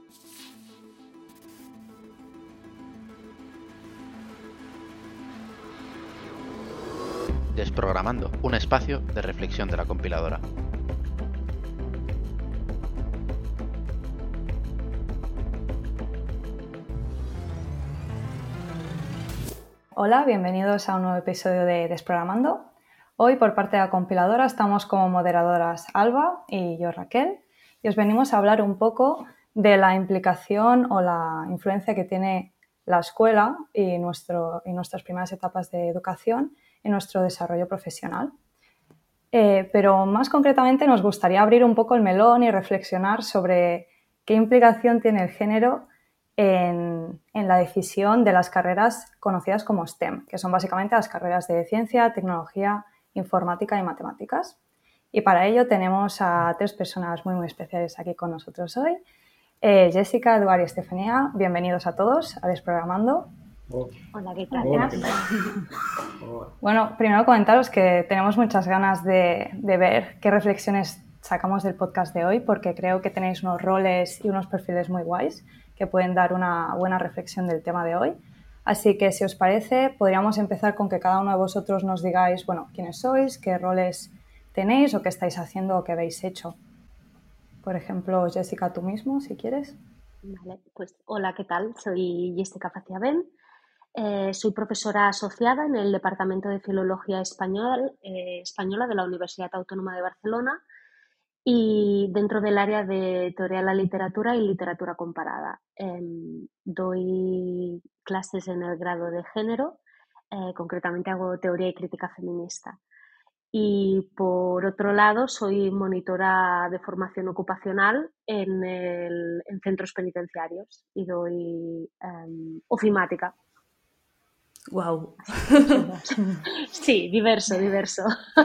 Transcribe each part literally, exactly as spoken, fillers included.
Desprogramando, un espacio de reflexión de la compiladora. Hola, bienvenidos a un nuevo episodio de Desprogramando. Hoy, por parte de la compiladora, estamos como moderadoras Alba y yo, Raquel, y os venimos a hablar un poco de la implicación o la influencia que tiene la escuela y, nuestro, y nuestras primeras etapas de educación en nuestro desarrollo profesional. Eh, pero más concretamente nos gustaría abrir un poco el melón y reflexionar sobre qué implicación tiene el género en, en la decisión de las carreras conocidas como STEM, que son básicamente las carreras de ciencia, tecnología, informática y matemáticas. Y para ello tenemos a tres personas muy, muy especiales aquí con nosotros hoy. Eh, Jessica, Eduard y Estefanía, bienvenidos a todos a Desprogramando. Oh. Hola, ¿qué tal? Hola, ¿qué tal? Bueno, primero comentaros que tenemos muchas ganas de, de ver qué reflexiones sacamos del podcast de hoy, porque creo que tenéis unos roles y unos perfiles muy guays que pueden dar una buena reflexión del tema de hoy. Así que, si os parece, podríamos empezar con que cada uno de vosotros nos digáis, bueno, quiénes sois, qué roles tenéis o qué estáis haciendo o qué habéis hecho. Por ejemplo, Jessica, tú mismo, si quieres. Vale, pues hola, ¿qué tal? Soy Jessica Faciabén. Eh, soy profesora asociada en el Departamento de Filología Español, eh, Española de la Universidad Autónoma de Barcelona y dentro del área de Teoría de la Literatura y Literatura Comparada. Eh, doy clases en el grado de género, eh, concretamente hago Teoría y Crítica Feminista. Y por otro lado, soy monitora de formación ocupacional en, el, en centros penitenciarios y doy um, ofimática. Wow. Sí, diverso, diverso.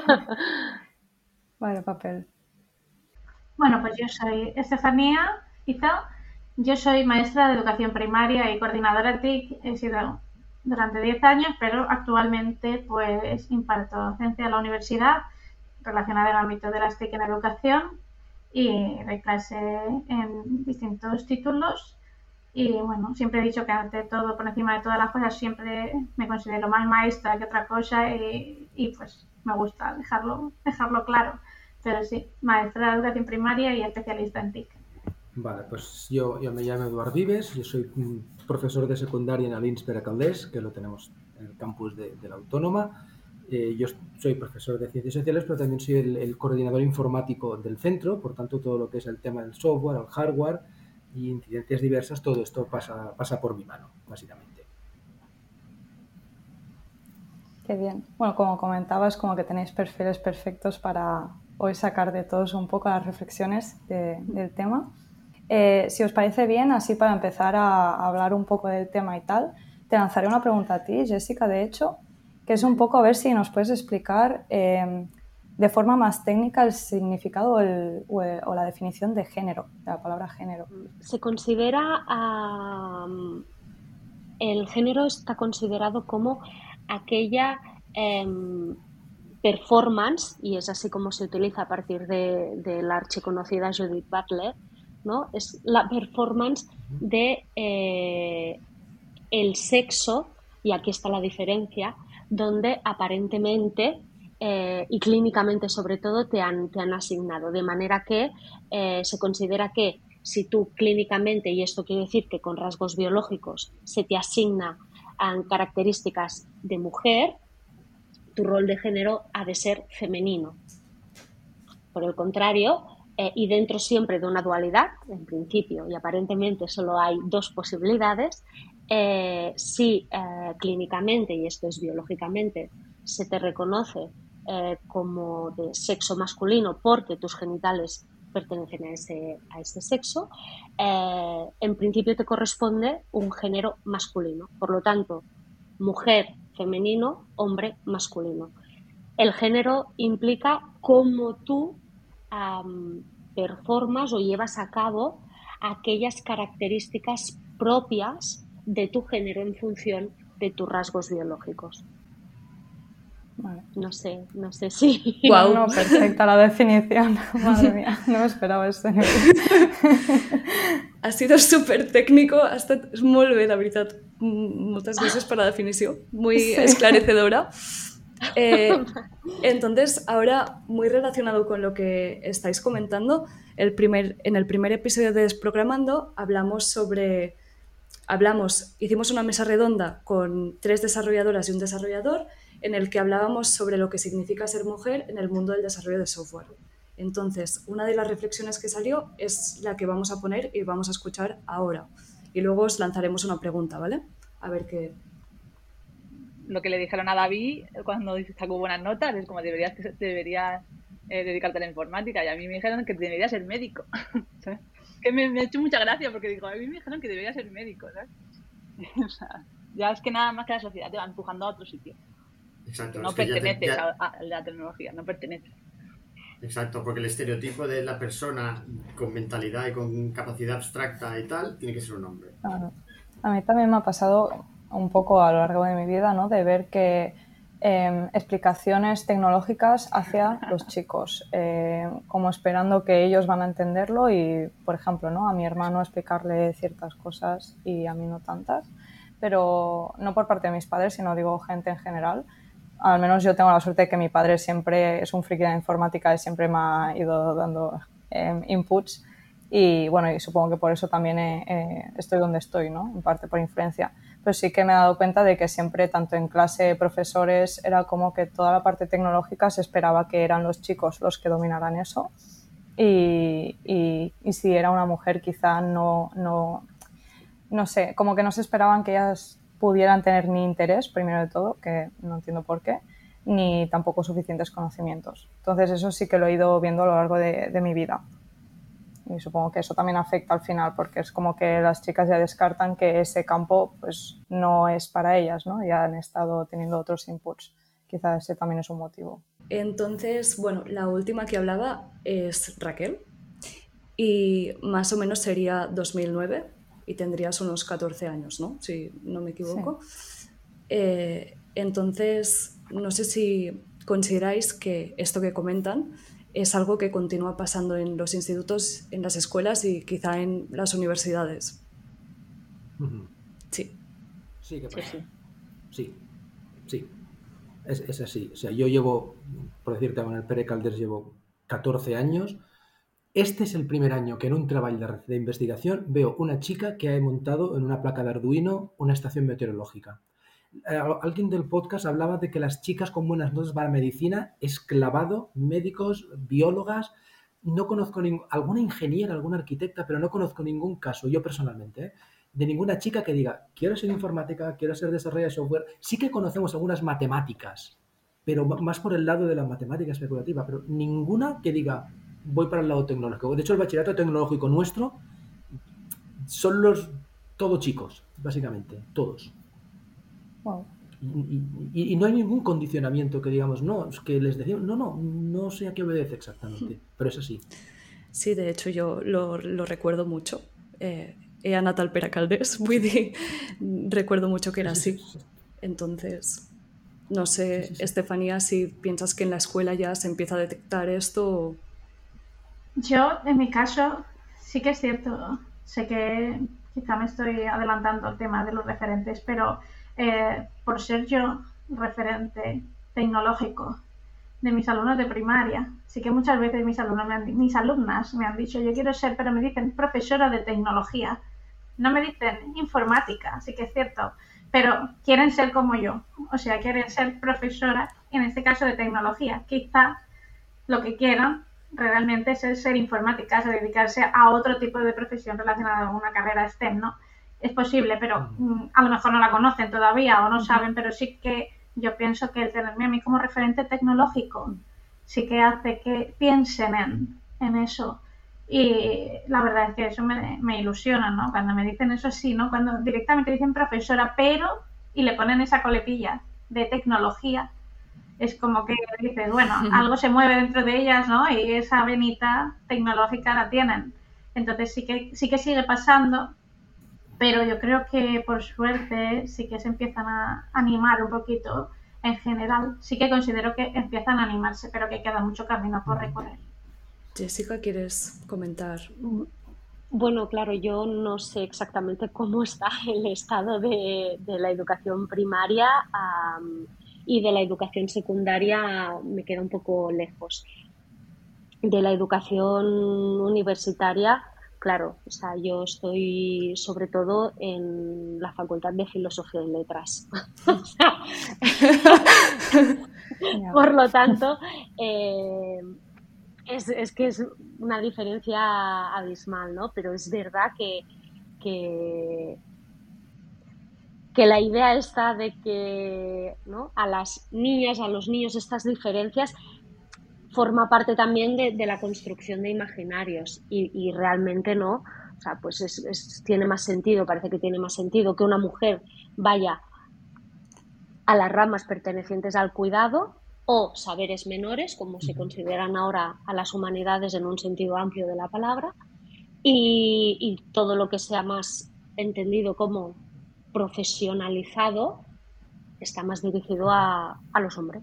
Vale, papel. Bueno, pues yo soy Estefanía Izo. Yo soy maestra de educación primaria y coordinadora T I C. He sido durante diez años, pero actualmente pues imparto docencia en la universidad relacionada al ámbito de las T I C en educación y doy clase en distintos títulos. Y bueno, siempre he dicho que ante todo, por encima de todas las cosas, siempre me considero más maestra que otra cosa y, y pues me gusta dejarlo, dejarlo claro. Pero sí, maestra de educación primaria y especialista en T I C. Vale, pues yo, yo me llamo Eduard Vives, yo soy profesor de secundaria en Alins per a Calders, que lo tenemos en el campus de, de la Autónoma. Eh, yo soy profesor de Ciencias Sociales, pero también soy el, el coordinador informático del centro, por tanto todo lo que es el tema del software, el hardware y incidencias diversas, todo esto pasa, pasa por mi mano, básicamente. Qué bien. Bueno, como comentabas, como que tenéis perfiles perfectos para hoy sacar de todos un poco las reflexiones de, del tema. Eh, si os parece bien, así para empezar a, a hablar un poco del tema y tal, te lanzaré una pregunta a ti, Jessica, de hecho, que es un poco a ver si nos puedes explicar eh, de forma más técnica el significado o, el, o, el, o la definición de género, de la palabra género. Se considera, um, el género está considerado como aquella eh, performance, y es así como se utiliza a partir de, de la archiconocida Judith Butler, ¿no? Es la performance de eh, el sexo, y aquí está la diferencia, donde aparentemente eh, y clínicamente sobre todo te han, te han asignado, de manera que eh, se considera que si tú clínicamente, y esto quiere decir que con rasgos biológicos se te asigna a características de mujer, tu rol de género ha de ser femenino. Por el contrario, eh, y dentro siempre de una dualidad, en principio, y aparentemente solo hay dos posibilidades, eh, si eh, clínicamente, y esto es biológicamente, se te reconoce eh, como de sexo masculino porque tus genitales pertenecen a ese, a ese sexo, eh, en principio te corresponde un género masculino. Por lo tanto, mujer, femenino, hombre, masculino. El género implica cómo tú um, performas o llevas a cabo aquellas características propias de tu género en función de tus rasgos biológicos. Vale. No sé, no sé si... Guau, no, perfecta la definición. Madre mía, no me esperava este nivell. Ha sido súper técnico, ha estat molt bé, la veritat. Moltes gràcies per la definició, muy sí. esclarecedora. Eh, entonces, ahora, muy relacionado con lo que estáis comentando, el primer, en el primer episodio de Desprogramando hablamos sobre... Hablamos, hicimos una mesa redonda con tres desarrolladoras y un desarrollador en el que hablábamos sobre lo que significa ser mujer en el mundo del desarrollo de software. Entonces, una de las reflexiones que salió es la que vamos a poner y vamos a escuchar ahora. Y luego os lanzaremos una pregunta, ¿vale? A ver qué... Lo que le dijeron a David cuando sacó buenas notas es como deberías, deberías eh, dedicarte a la informática, y a mí me dijeron que debería ser médico. ¿Sabes? Que me, me ha hecho mucha gracia porque digo, a mí me dijeron que debería ser médico, ¿sabes? O sea, ya es que nada más que la sociedad te va empujando a otro sitio. Exacto. No es que perteneces ya te, ya... a, a la tecnología, no perteneces. Exacto, porque el estereotipo de la persona con mentalidad y con capacidad abstracta y tal, tiene que ser un hombre. Claro. A mí también me ha pasado un poco a lo largo de mi vida, ¿no? De ver que eh, explicaciones tecnológicas hacia los chicos, eh, como esperando que ellos van a entenderlo y, por ejemplo, ¿no? A mi hermano explicarle ciertas cosas y a mí no tantas, pero no por parte de mis padres, sino digo gente en general. Al menos yo tengo la suerte de que mi padre siempre es un friki de la informática y siempre me ha ido dando eh, inputs y bueno, y supongo que por eso también eh, eh, estoy donde estoy, ¿no? En parte por influencia. Pero sí que me he dado cuenta de que siempre, tanto en clase, profesores, era como que toda la parte tecnológica se esperaba que eran los chicos los que dominaran eso y, y, y si era una mujer quizá no, no, no sé, como que no se esperaban que ellas pudieran tener ni interés, primero de todo, que no entiendo por qué, ni tampoco suficientes conocimientos. Entonces eso sí que lo he ido viendo a lo largo de, de mi vida. Y supongo que eso también afecta al final, porque es como que las chicas ya descartan que ese campo pues no es para ellas, ¿no? Ya han estado teniendo otros inputs. Quizás ese también es un motivo. Entonces, bueno, la última que hablaba es Raquel y más o menos sería dos mil nueve y tendrías unos catorce años, ¿no? Si no me equivoco. Sí. Eh, entonces, no sé si consideráis que esto que comentan es algo que continúa pasando en los institutos, en las escuelas y quizá en las universidades. Uh-huh. Sí. Sí, que pasa. Sí, sí. Sí, sí. Es, es así. O sea, yo llevo, por decirte, en el Pere Calders llevo catorce años. Este es el primer año que en un trabajo de, de investigación veo una chica que ha montado en una placa de Arduino una estación meteorológica. Alguien del podcast hablaba de que las chicas con buenas notas para medicina es clavado, médicos, biólogas. No conozco ningún, alguna ingeniera, alguna arquitecta, pero no conozco ningún caso, yo personalmente, ¿eh? de ninguna chica que diga, quiero ser informática, quiero ser desarrolladora de software. Sí que conocemos algunas matemáticas, pero más por el lado de la matemática especulativa, pero ninguna que diga, voy para el lado tecnológico. De hecho, el bachillerato tecnológico nuestro son los todos chicos, básicamente, todos. Wow. Y, y, y no hay ningún condicionamiento que digamos, no, es que les decimos, no, no, no sé a qué obedece exactamente, pero es así. Sí, de hecho yo lo, lo recuerdo mucho. Eh, he anat al Pere Calders, vull dir, recuerdo mucho que era así. Entonces, no sé, sí, sí, sí. Estefanía, si piensas que en la escuela ya se empieza a detectar esto. Yo, en mi caso, sí que es cierto. Sé que quizá me estoy adelantando al tema de los referentes, pero eh, por ser yo referente tecnológico de mis alumnos de primaria, sí que muchas veces mis, alumnos me han, mis alumnas me han dicho, yo quiero ser, pero me dicen profesora de tecnología. No me dicen informática, sí que es cierto, pero quieren ser como yo, o sea, quieren ser profesora, en este caso de tecnología. Quizá lo que quieran realmente es ser informática, es dedicarse a otro tipo de profesión relacionada con una carrera STEM, ¿no? Es posible, pero mm, a lo mejor no la conocen todavía o no saben, pero sí que yo pienso que el tenerme a mí como referente tecnológico sí que hace que piensen en, en eso. Y la verdad es que eso me, me ilusiona, ¿no? Cuando me dicen eso sí, ¿no? Cuando directamente dicen profesora, pero, y le ponen esa coletilla de tecnología, es como que dices, bueno, algo se mueve dentro de ellas, ¿no? Y esa venita tecnológica la tienen. Entonces sí que, sí que sigue pasando, pero yo creo que por suerte sí que se empiezan a animar un poquito en general sí que considero que empiezan a animarse, pero que queda mucho camino por recorrer. Jessica, ¿quieres comentar? Bueno, claro, yo no sé exactamente cómo está el estado de, de la educación primaria um, y de la educación secundaria me queda un poco lejos. De la educación universitaria, claro, o sea, yo estoy sobre todo en la Facultad de Filosofía y Letras. Por lo tanto, eh, es, es que es una diferencia abismal, ¿no? Pero es verdad que, que, que la idea está de que, ¿no?, a las niñas, a los niños estas diferencias forma parte también de, de la construcción de imaginarios y, y realmente no, o sea, pues es, es, tiene más sentido, parece que tiene más sentido que una mujer vaya a las ramas pertenecientes al cuidado o saberes menores, como se consideran ahora a las humanidades en un sentido amplio de la palabra, y, y todo lo que sea más entendido como profesionalizado está más dirigido a, a los hombres.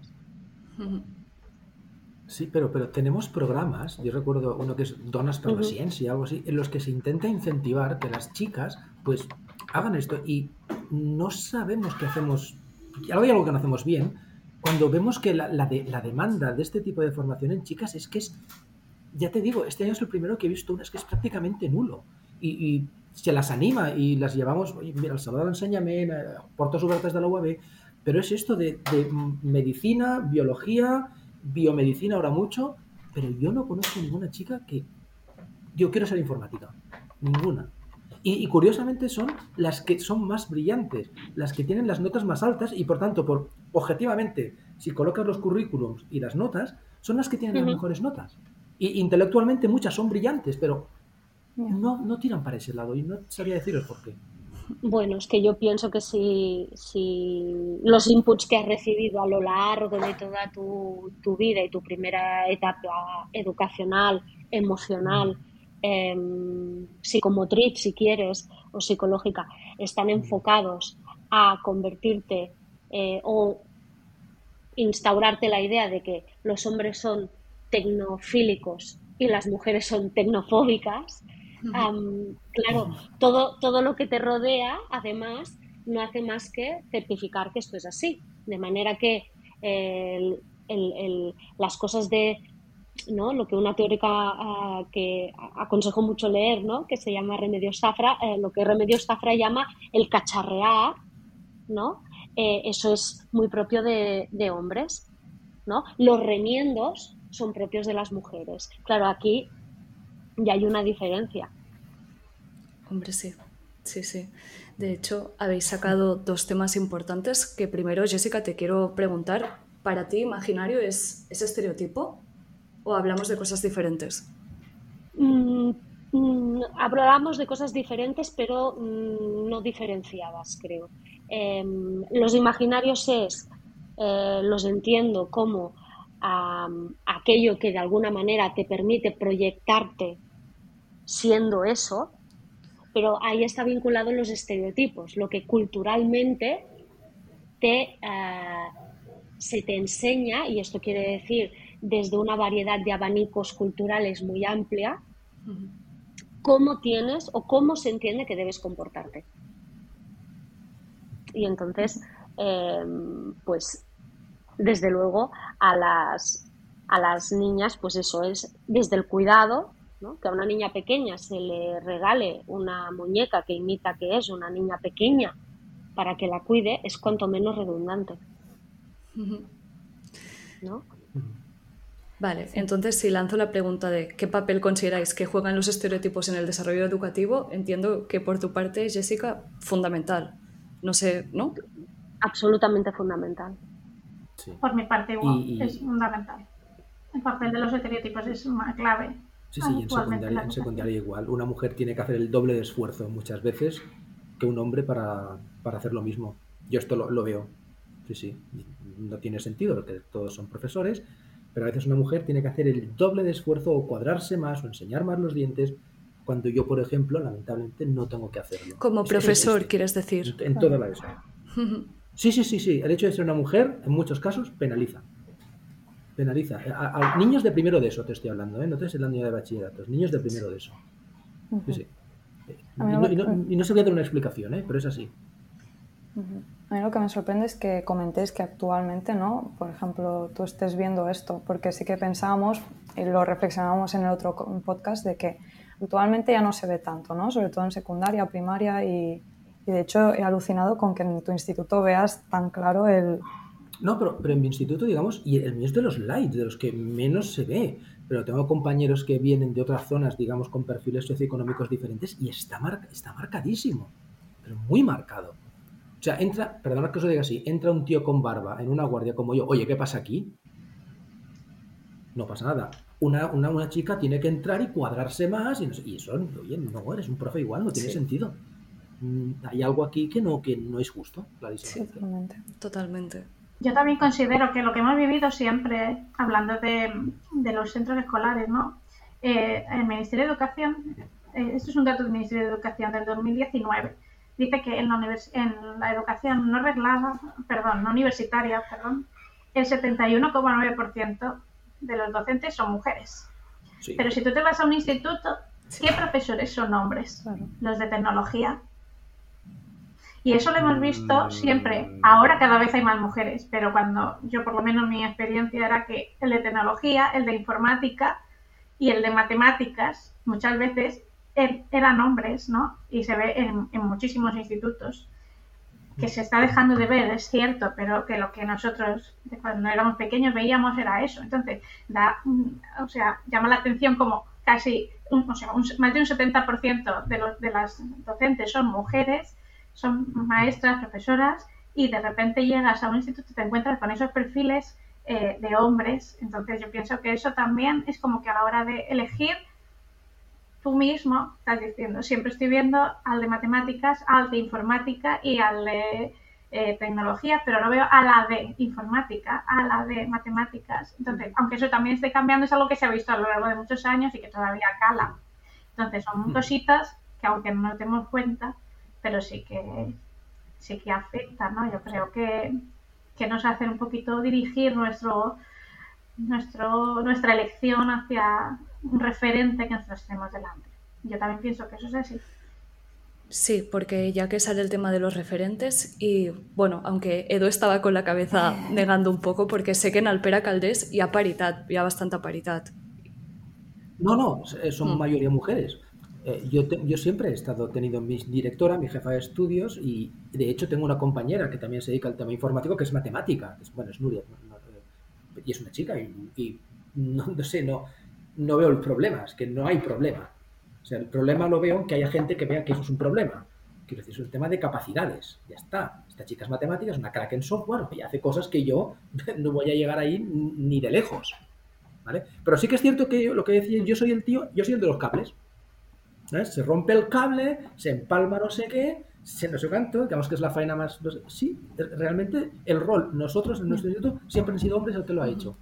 Sí, pero, pero tenemos programas, yo recuerdo uno que es Donas per la Ujú. Ciencia, algo así, en los que se intenta incentivar que las chicas pues hagan esto y no sabemos qué hacemos, algo y algo que no hacemos bien, cuando vemos que la, la, de, la demanda de este tipo de formación en chicas es que es, ya te digo, este año es el primero que he visto una, es que es prácticamente nulo y, y se las anima y las llevamos, oye, mira, al Saló de l'Ensenyament, eh, portes obertes de la U A B, pero es esto de, de medicina, biología, biomedicina ahora mucho, pero yo no conozco ninguna chica que yo quiero ser informática, ninguna. Y, y curiosamente son las que son más brillantes, las que tienen las notas más altas y por tanto, por objetivamente, si colocas los currículums y las notas, son las que tienen las Ujú. mejores notas. Y intelectualmente muchas son brillantes, pero no, no tiran para ese lado y no sabría deciros por qué. Bueno, es que yo pienso que si, si los inputs que has recibido a lo largo de toda tu, tu vida y tu primera etapa educacional, emocional, eh, psicomotriz, si quieres, o psicológica, están enfocados a convertirte eh, o instaurarte la idea de que los hombres son tecnofílicos y las mujeres son tecnofóbicas, um, claro, todo, todo lo que te rodea, además, no hace más que certificar que esto es así. De manera que el, el, el, las cosas de, ¿no?, lo que una teórica uh, que aconsejo mucho leer, ¿no?, que se llama Remedios Zafra, eh, lo que Remedios Zafra llama el cacharrear, ¿no? Eh, eso es muy propio de, de hombres, ¿no? Los remiendos son propios de las mujeres. Claro, aquí ya hay una diferencia. Hombre, sí, sí, sí. De hecho, habéis sacado dos temas importantes que primero, Jessica, te quiero preguntar, ¿para ti imaginario es, es estereotipo o hablamos de cosas diferentes? Mm, mm, hablamos de cosas diferentes, pero mm, no diferenciadas, creo. Eh, los imaginarios es, eh, los entiendo como um, aquello que de alguna manera te permite proyectarte siendo eso, pero ahí está vinculado los estereotipos, lo que culturalmente te, uh, se te enseña, y esto quiere decir desde una variedad de abanicos culturales muy amplia, uh-huh, cómo tienes o cómo se entiende que debes comportarte. Y entonces, eh, pues, desde luego, a las, a las niñas, pues eso es desde el cuidado, ¿no? Que a una niña pequeña se le regale una muñeca que imita que es una niña pequeña para que la cuide, es cuanto menos redundante, ¿no? Vale, entonces si lanzo la pregunta de qué papel consideráis que juegan los estereotipos en el desarrollo educativo, entiendo que por tu parte, Jessica, fundamental. No sé, ¿no? Absolutamente fundamental. Sí. Por mi parte igual, y, y... es fundamental. El papel de los estereotipos es una clave. Sí, sí, en secundaria, en secundaria igual. Una mujer tiene que hacer el doble de esfuerzo muchas veces que un hombre para, para hacer lo mismo. Yo esto lo, lo veo. Sí, sí. No tiene sentido porque todos son profesores, pero a veces una mujer tiene que hacer el doble de esfuerzo o cuadrarse más o enseñar más los dientes cuando yo, por ejemplo, lamentablemente no tengo que hacerlo. Como es profesor, que quieres decir. En, en toda la ESO. Sí, sí, sí, sí. El hecho de ser una mujer, en muchos casos, penaliza. Penaliza. A, a niños de primero de eso te estoy hablando, ¿eh? No te estoy hablando ya de bachilleratos. Niños de primero de eso. Sí, sí. Y no, y no, y no se voy a dar una explicación, ¿eh? Pero es así. A mí lo que me sorprende es que comentéis que actualmente, ¿no? Por ejemplo, tú estés viendo esto, porque sí que pensábamos, y lo reflexionábamos en el otro podcast, de que actualmente ya no se ve tanto, ¿no? Sobre todo en secundaria, primaria, y, y de hecho he alucinado con que en tu instituto veas tan claro el... No, pero, pero en mi instituto, digamos, y el mío es de los light, de los que menos se ve, pero tengo compañeros que vienen de otras zonas, digamos, con perfiles socioeconómicos diferentes y está, mar, está marcadísimo, pero muy marcado. O sea, entra, perdona que os lo diga así, entra un tío con barba en una guardia como yo, oye, ¿qué pasa aquí? No pasa nada. Una, una, una chica tiene que entrar y cuadrarse más y, no sé, y eso, oye, no, eres un profe igual, no tiene sí. sentido. Hay algo aquí que no, que no es justo, clarísimo. Sí, totalmente. Totalmente. Yo también considero que lo que hemos vivido siempre, hablando de, de los centros escolares, ¿no? Eh, el Ministerio de Educación, eh, esto es un dato del Ministerio de Educación del dos mil diecinueve, dice que en la, univers- en la educación no reglada, perdón, no universitaria, perdón, el setenta y uno coma nueve por ciento de los docentes son mujeres. Sí. Pero si tú te vas a un instituto, ¿qué sí. profesores son hombres? Claro. Los de tecnología. Y eso lo hemos visto siempre. Ahora cada vez hay más mujeres, pero cuando yo, por lo menos mi experiencia era que el de tecnología, el de informática y el de matemáticas, muchas veces er, eran hombres, ¿no? Y se ve en, en muchísimos institutos que se está dejando de ver, es cierto, pero que lo que nosotros cuando éramos pequeños veíamos era eso. Entonces, da, o sea, llama la atención como casi, un, o sea, un, más de un setenta por ciento de, los, de las docentes son mujeres, son maestras, profesoras, y de repente llegas a un instituto y te encuentras con esos perfiles eh, de hombres. Entonces yo pienso que eso también es como que a la hora de elegir, tú mismo estás diciendo, siempre estoy viendo al de matemáticas, al de informática y al de eh, tecnología, pero no veo a la de informática, a la de matemáticas. Entonces, aunque eso también esté cambiando, es algo que se ha visto a lo largo de muchos años y que todavía cala. Entonces son cositas que aunque no nos demos cuenta, pero sí que sí que afecta, ¿no? Yo creo que, que nos hacen un poquito dirigir nuestro, nuestro nuestra elección hacia un referente que nosotros tenemos delante. Yo también pienso que eso es así. Sí, porque ya que sale el tema de los referentes y, bueno, aunque Edu estava con la cabeza negando un poco, porque sé que en Alpera Caldés hi ha paritat, hi ha bastanta paritat. No, no, son mm. mayoría mujeres. Eh, yo, te, yo siempre he estado teniendo mi directora, mi jefa de estudios, y de hecho tengo una compañera que también se dedica al tema informático, que es matemática, que es, bueno, es Nuria, no, no, y es una chica, y, y no, no sé, no, no veo el problema, es que no hay problema. O sea, el problema lo veo en que haya gente que vea que eso es un problema. Quiero decir, es un tema de capacidades, ya está. Esta chica es matemática, es una crack en software, y hace cosas que yo no voy a llegar ahí ni de lejos, ¿vale? Pero sí que es cierto que yo, lo que decía, yo soy el tío, yo soy el de los cables. ¿Sabes? Se rompe el cable, se empalma no sé qué, se no sé cuánto, digamos que es la faena más... No sé, sí, realmente el rol, nosotros en nuestro instituto siempre han sido hombres el que lo ha hecho.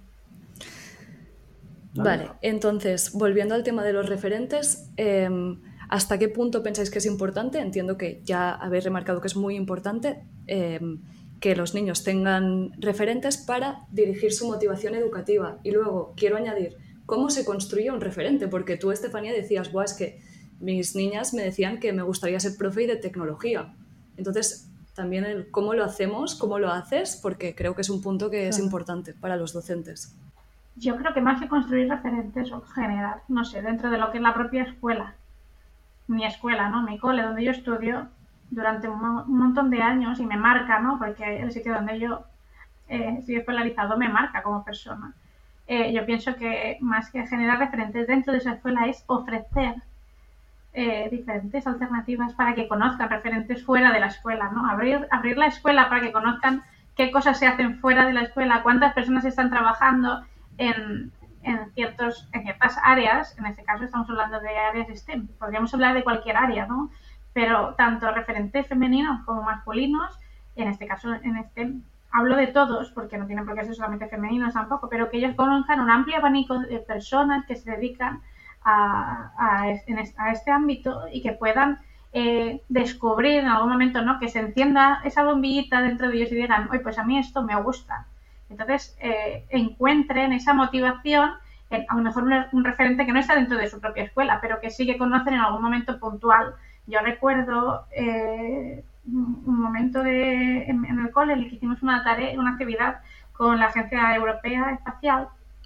Vale, vale, entonces, volviendo al tema de los referentes, eh, ¿hasta qué punto pensáis que es importante? Entiendo que ya habéis remarcado que es muy importante eh, que los niños tengan referentes para dirigir su motivación educativa. Y luego, quiero añadir, ¿cómo se construye un referente? Porque tú, Estefanía, decías, Buah, es que mis niñas me decían que me gustaría ser profe y de tecnología. Entonces, también el cómo lo hacemos, cómo lo haces, porque creo que es un punto que es importante para los docentes. Yo creo que más que construir referentes o generar, no sé, dentro de lo que es la propia escuela, mi escuela, ¿no? Mi cole, donde yo estudio durante un, un montón de años y me marca, ¿no? Porque el sitio donde yo eh, estoy escolarizado me marca como persona. Eh, yo pienso que más que generar referentes dentro de esa escuela es ofrecer Eh, diferentes alternativas para que conozcan referentes fuera de la escuela, ¿no? Abrir, abrir la escuela para que conozcan qué cosas se hacen fuera de la escuela, cuántas personas están trabajando en, en, ciertos, en ciertas áreas. En este caso estamos hablando de áreas STEM, podríamos hablar de cualquier área, ¿no? Pero tanto referentes femeninos como masculinos, en este caso en STEM, hablo de todos, porque no tienen por qué ser solamente femeninos tampoco, pero que ellos conozcan un amplio abanico de personas que se dedican A, a, a este ámbito y que puedan eh, descubrir en algún momento, ¿no? Que se encienda esa bombillita dentro de ellos y digan, oye, pues a mí esto me gusta. Entonces, eh, encuentren esa motivación en, a lo mejor un, un referente que no está dentro de su propia escuela, pero que sí que conocen en algún momento puntual. Yo recuerdo eh, un momento de, en, en el cole en el que hicimos una tarea, una actividad con la Agencia Europea Espacial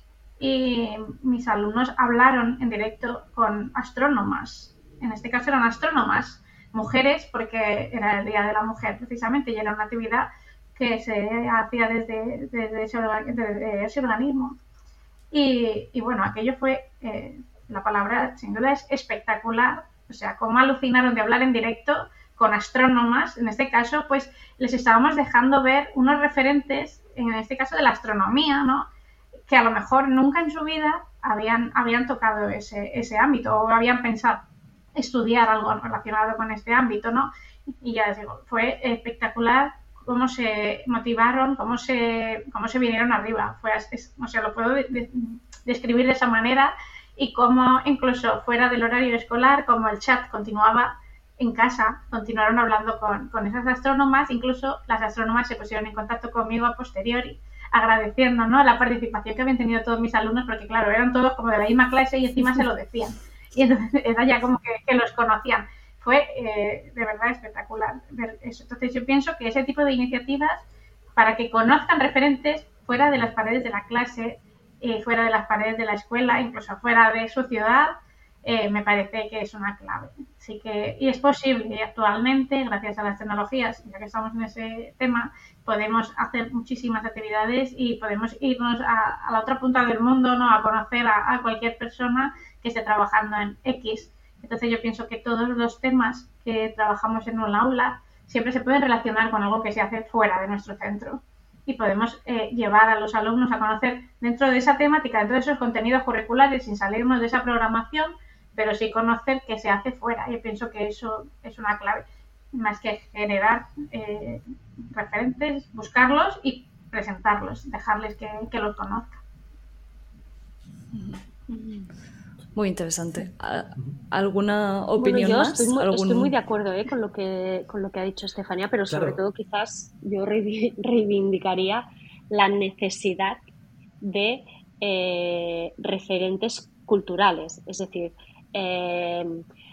y mis alumnos hablaron en directo con astrónomas. En este caso eran astrónomas, mujeres, porque era el Día de la Mujer precisamente y era una actividad que se hacía desde, desde, ese, desde ese organismo. Y, y bueno, aquello fue, eh, la palabra sin duda es espectacular. O sea, cómo alucinaron de hablar en directo con astrónomas. En este caso, pues les estábamos dejando ver unos referentes, en este caso de la astronomía, ¿no? Que a lo mejor nunca en su vida habían, habían tocado ese, ese ámbito o habían pensado estudiar algo relacionado con este ámbito, ¿no? Y ya les digo, fue espectacular cómo se motivaron, cómo se, cómo se vinieron arriba. Fue, o sea, lo puedo de, de, describir de esa manera y cómo incluso fuera del horario escolar, como el chat continuaba en casa, continuaron hablando con, con esas astrónomas, incluso las astrónomas se pusieron en contacto conmigo a posteriori, agradeciendo, ¿no?, la participación que habían tenido todos mis alumnos, porque claro, eran todos como de la misma clase y encima se lo decían. Y entonces era ya como que, que los conocían. Fue eh, de verdad espectacular ver eso. Entonces yo pienso que ese tipo de iniciativas, para que conozcan referentes fuera de las paredes de la clase, eh, fuera de las paredes de la escuela, incluso fuera de su ciudad, eh, me parece que es una clave. Así que, y es posible, y actualmente, gracias a las tecnologías, ya que estamos en ese tema, podemos hacer muchísimas actividades y podemos irnos a, a la otra punta del mundo, ¿no?, a conocer a, a cualquier persona que esté trabajando en X. Entonces yo pienso que todos los temas que trabajamos en un aula siempre se pueden relacionar con algo que se hace fuera de nuestro centro y podemos eh, llevar a los alumnos a conocer dentro de esa temática, dentro de esos contenidos curriculares, sin salirnos de esa programación, pero sí conocer qué se hace fuera. Yo pienso que eso es una clave, más que generar eh, referentes, buscarlos y presentarlos, dejarles que, que los conozcan. Muy interesante. ¿Alguna opinión bueno, yo más? Estoy muy, ¿Algún... estoy muy de acuerdo ¿eh? con, lo que, con lo que ha dicho Estefanía, pero sobre Claro. todo quizás yo reivindicaría la necesidad de eh, referentes culturales. Es decir, eh,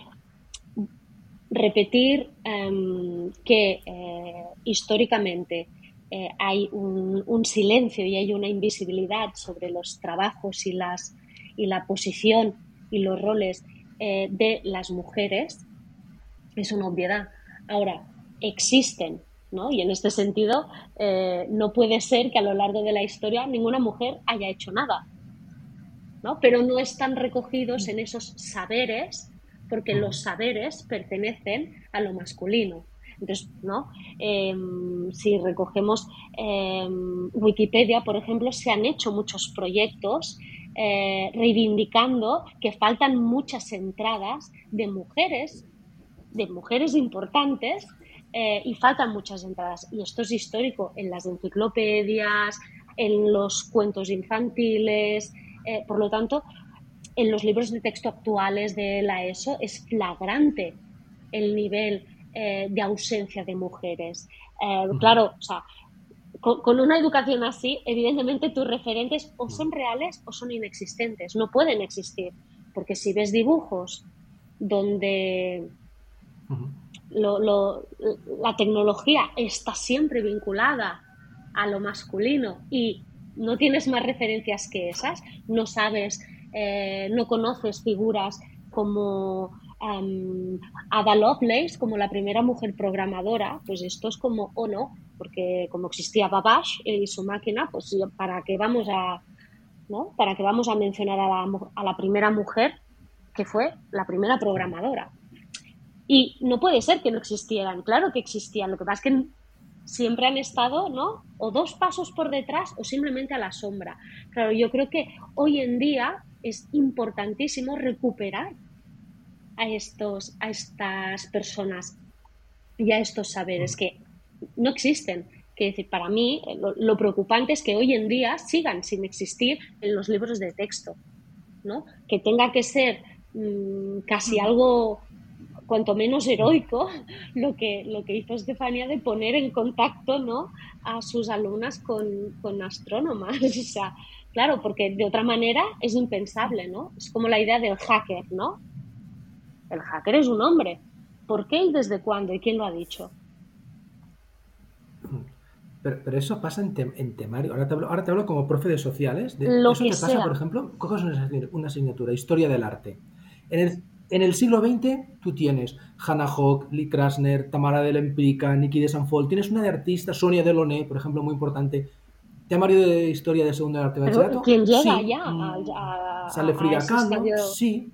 repetir eh, que eh, históricamente eh, hay un, un silencio y hay una invisibilidad sobre los trabajos y, las, y la posición y los roles eh, de las mujeres es una obviedad. Ahora, existen, ¿no? Y en este sentido eh, no puede ser que a lo largo de la historia ninguna mujer haya hecho nada, ¿no? Pero no están recogidos en esos saberes porque los saberes pertenecen a lo masculino. Entonces, ¿no? Eh, si recogemos eh, Wikipedia, por ejemplo, se han hecho muchos proyectos eh, reivindicando que faltan muchas entradas de mujeres, de mujeres importantes, eh, y faltan muchas entradas. Y esto es histórico en las enciclopedias, en los cuentos infantiles, eh, por lo tanto, en los libros de texto actuales de la ESO es flagrante el nivel eh, de ausencia de mujeres. Eh, uh-huh. Claro, o sea, con, con una educación así, evidentemente tus referentes o son reales o son inexistentes, no pueden existir, porque si ves dibujos donde uh-huh. lo, lo, la tecnología está siempre vinculada a lo masculino y no tienes más referencias que esas, no sabes, eh, no conoces figuras como um, Ada Lovelace, como la primera mujer programadora, pues esto es como, o oh no, porque como existía Babbage y su máquina, pues para qué vamos a, ¿no? Para qué vamos a mencionar a la, a la primera mujer que fue la primera programadora. Y no puede ser que no existieran, claro que existían, lo que pasa es que siempre han estado, ¿no?, o dos pasos por detrás o simplemente a la sombra. Claro, yo creo que hoy en día es importantísimo recuperar a, estos, a estas personas y a estos saberes que no existen. Que decir, para mí lo, lo preocupante es que hoy en día sigan sin existir en los libros de texto, ¿no? Que tenga que ser mmm, casi algo cuanto menos heroico lo que, lo que hizo Estefanía de poner en contacto, ¿no?, a sus alumnas con, con astrónomas. O sea, claro, porque de otra manera es impensable, ¿no? Es como la idea del hacker, ¿no? El hacker es un hombre. ¿Por qué y desde cuándo? ¿Y quién lo ha dicho? Pero, pero eso pasa en, te, en temario. Ahora te, hablo, ahora te hablo como profe de sociales. De, Lo eso que te pasa, sea. por ejemplo, coges una, una asignatura, Historia del Arte. En el, en el siglo veinte tú tienes Hannah Hawk, Lee Krasner, Tamara de Lemprica, Niki de Saint-Fol. Tienes una de artistas, Sonia Delaunay, por ejemplo, muy importante. ¿Temario de Historia de Segundo de Arte de Pero Bachillerato? ¿quién llega Sí. ya a, a, Sale a Frida ese Kahlo, estadio? sí.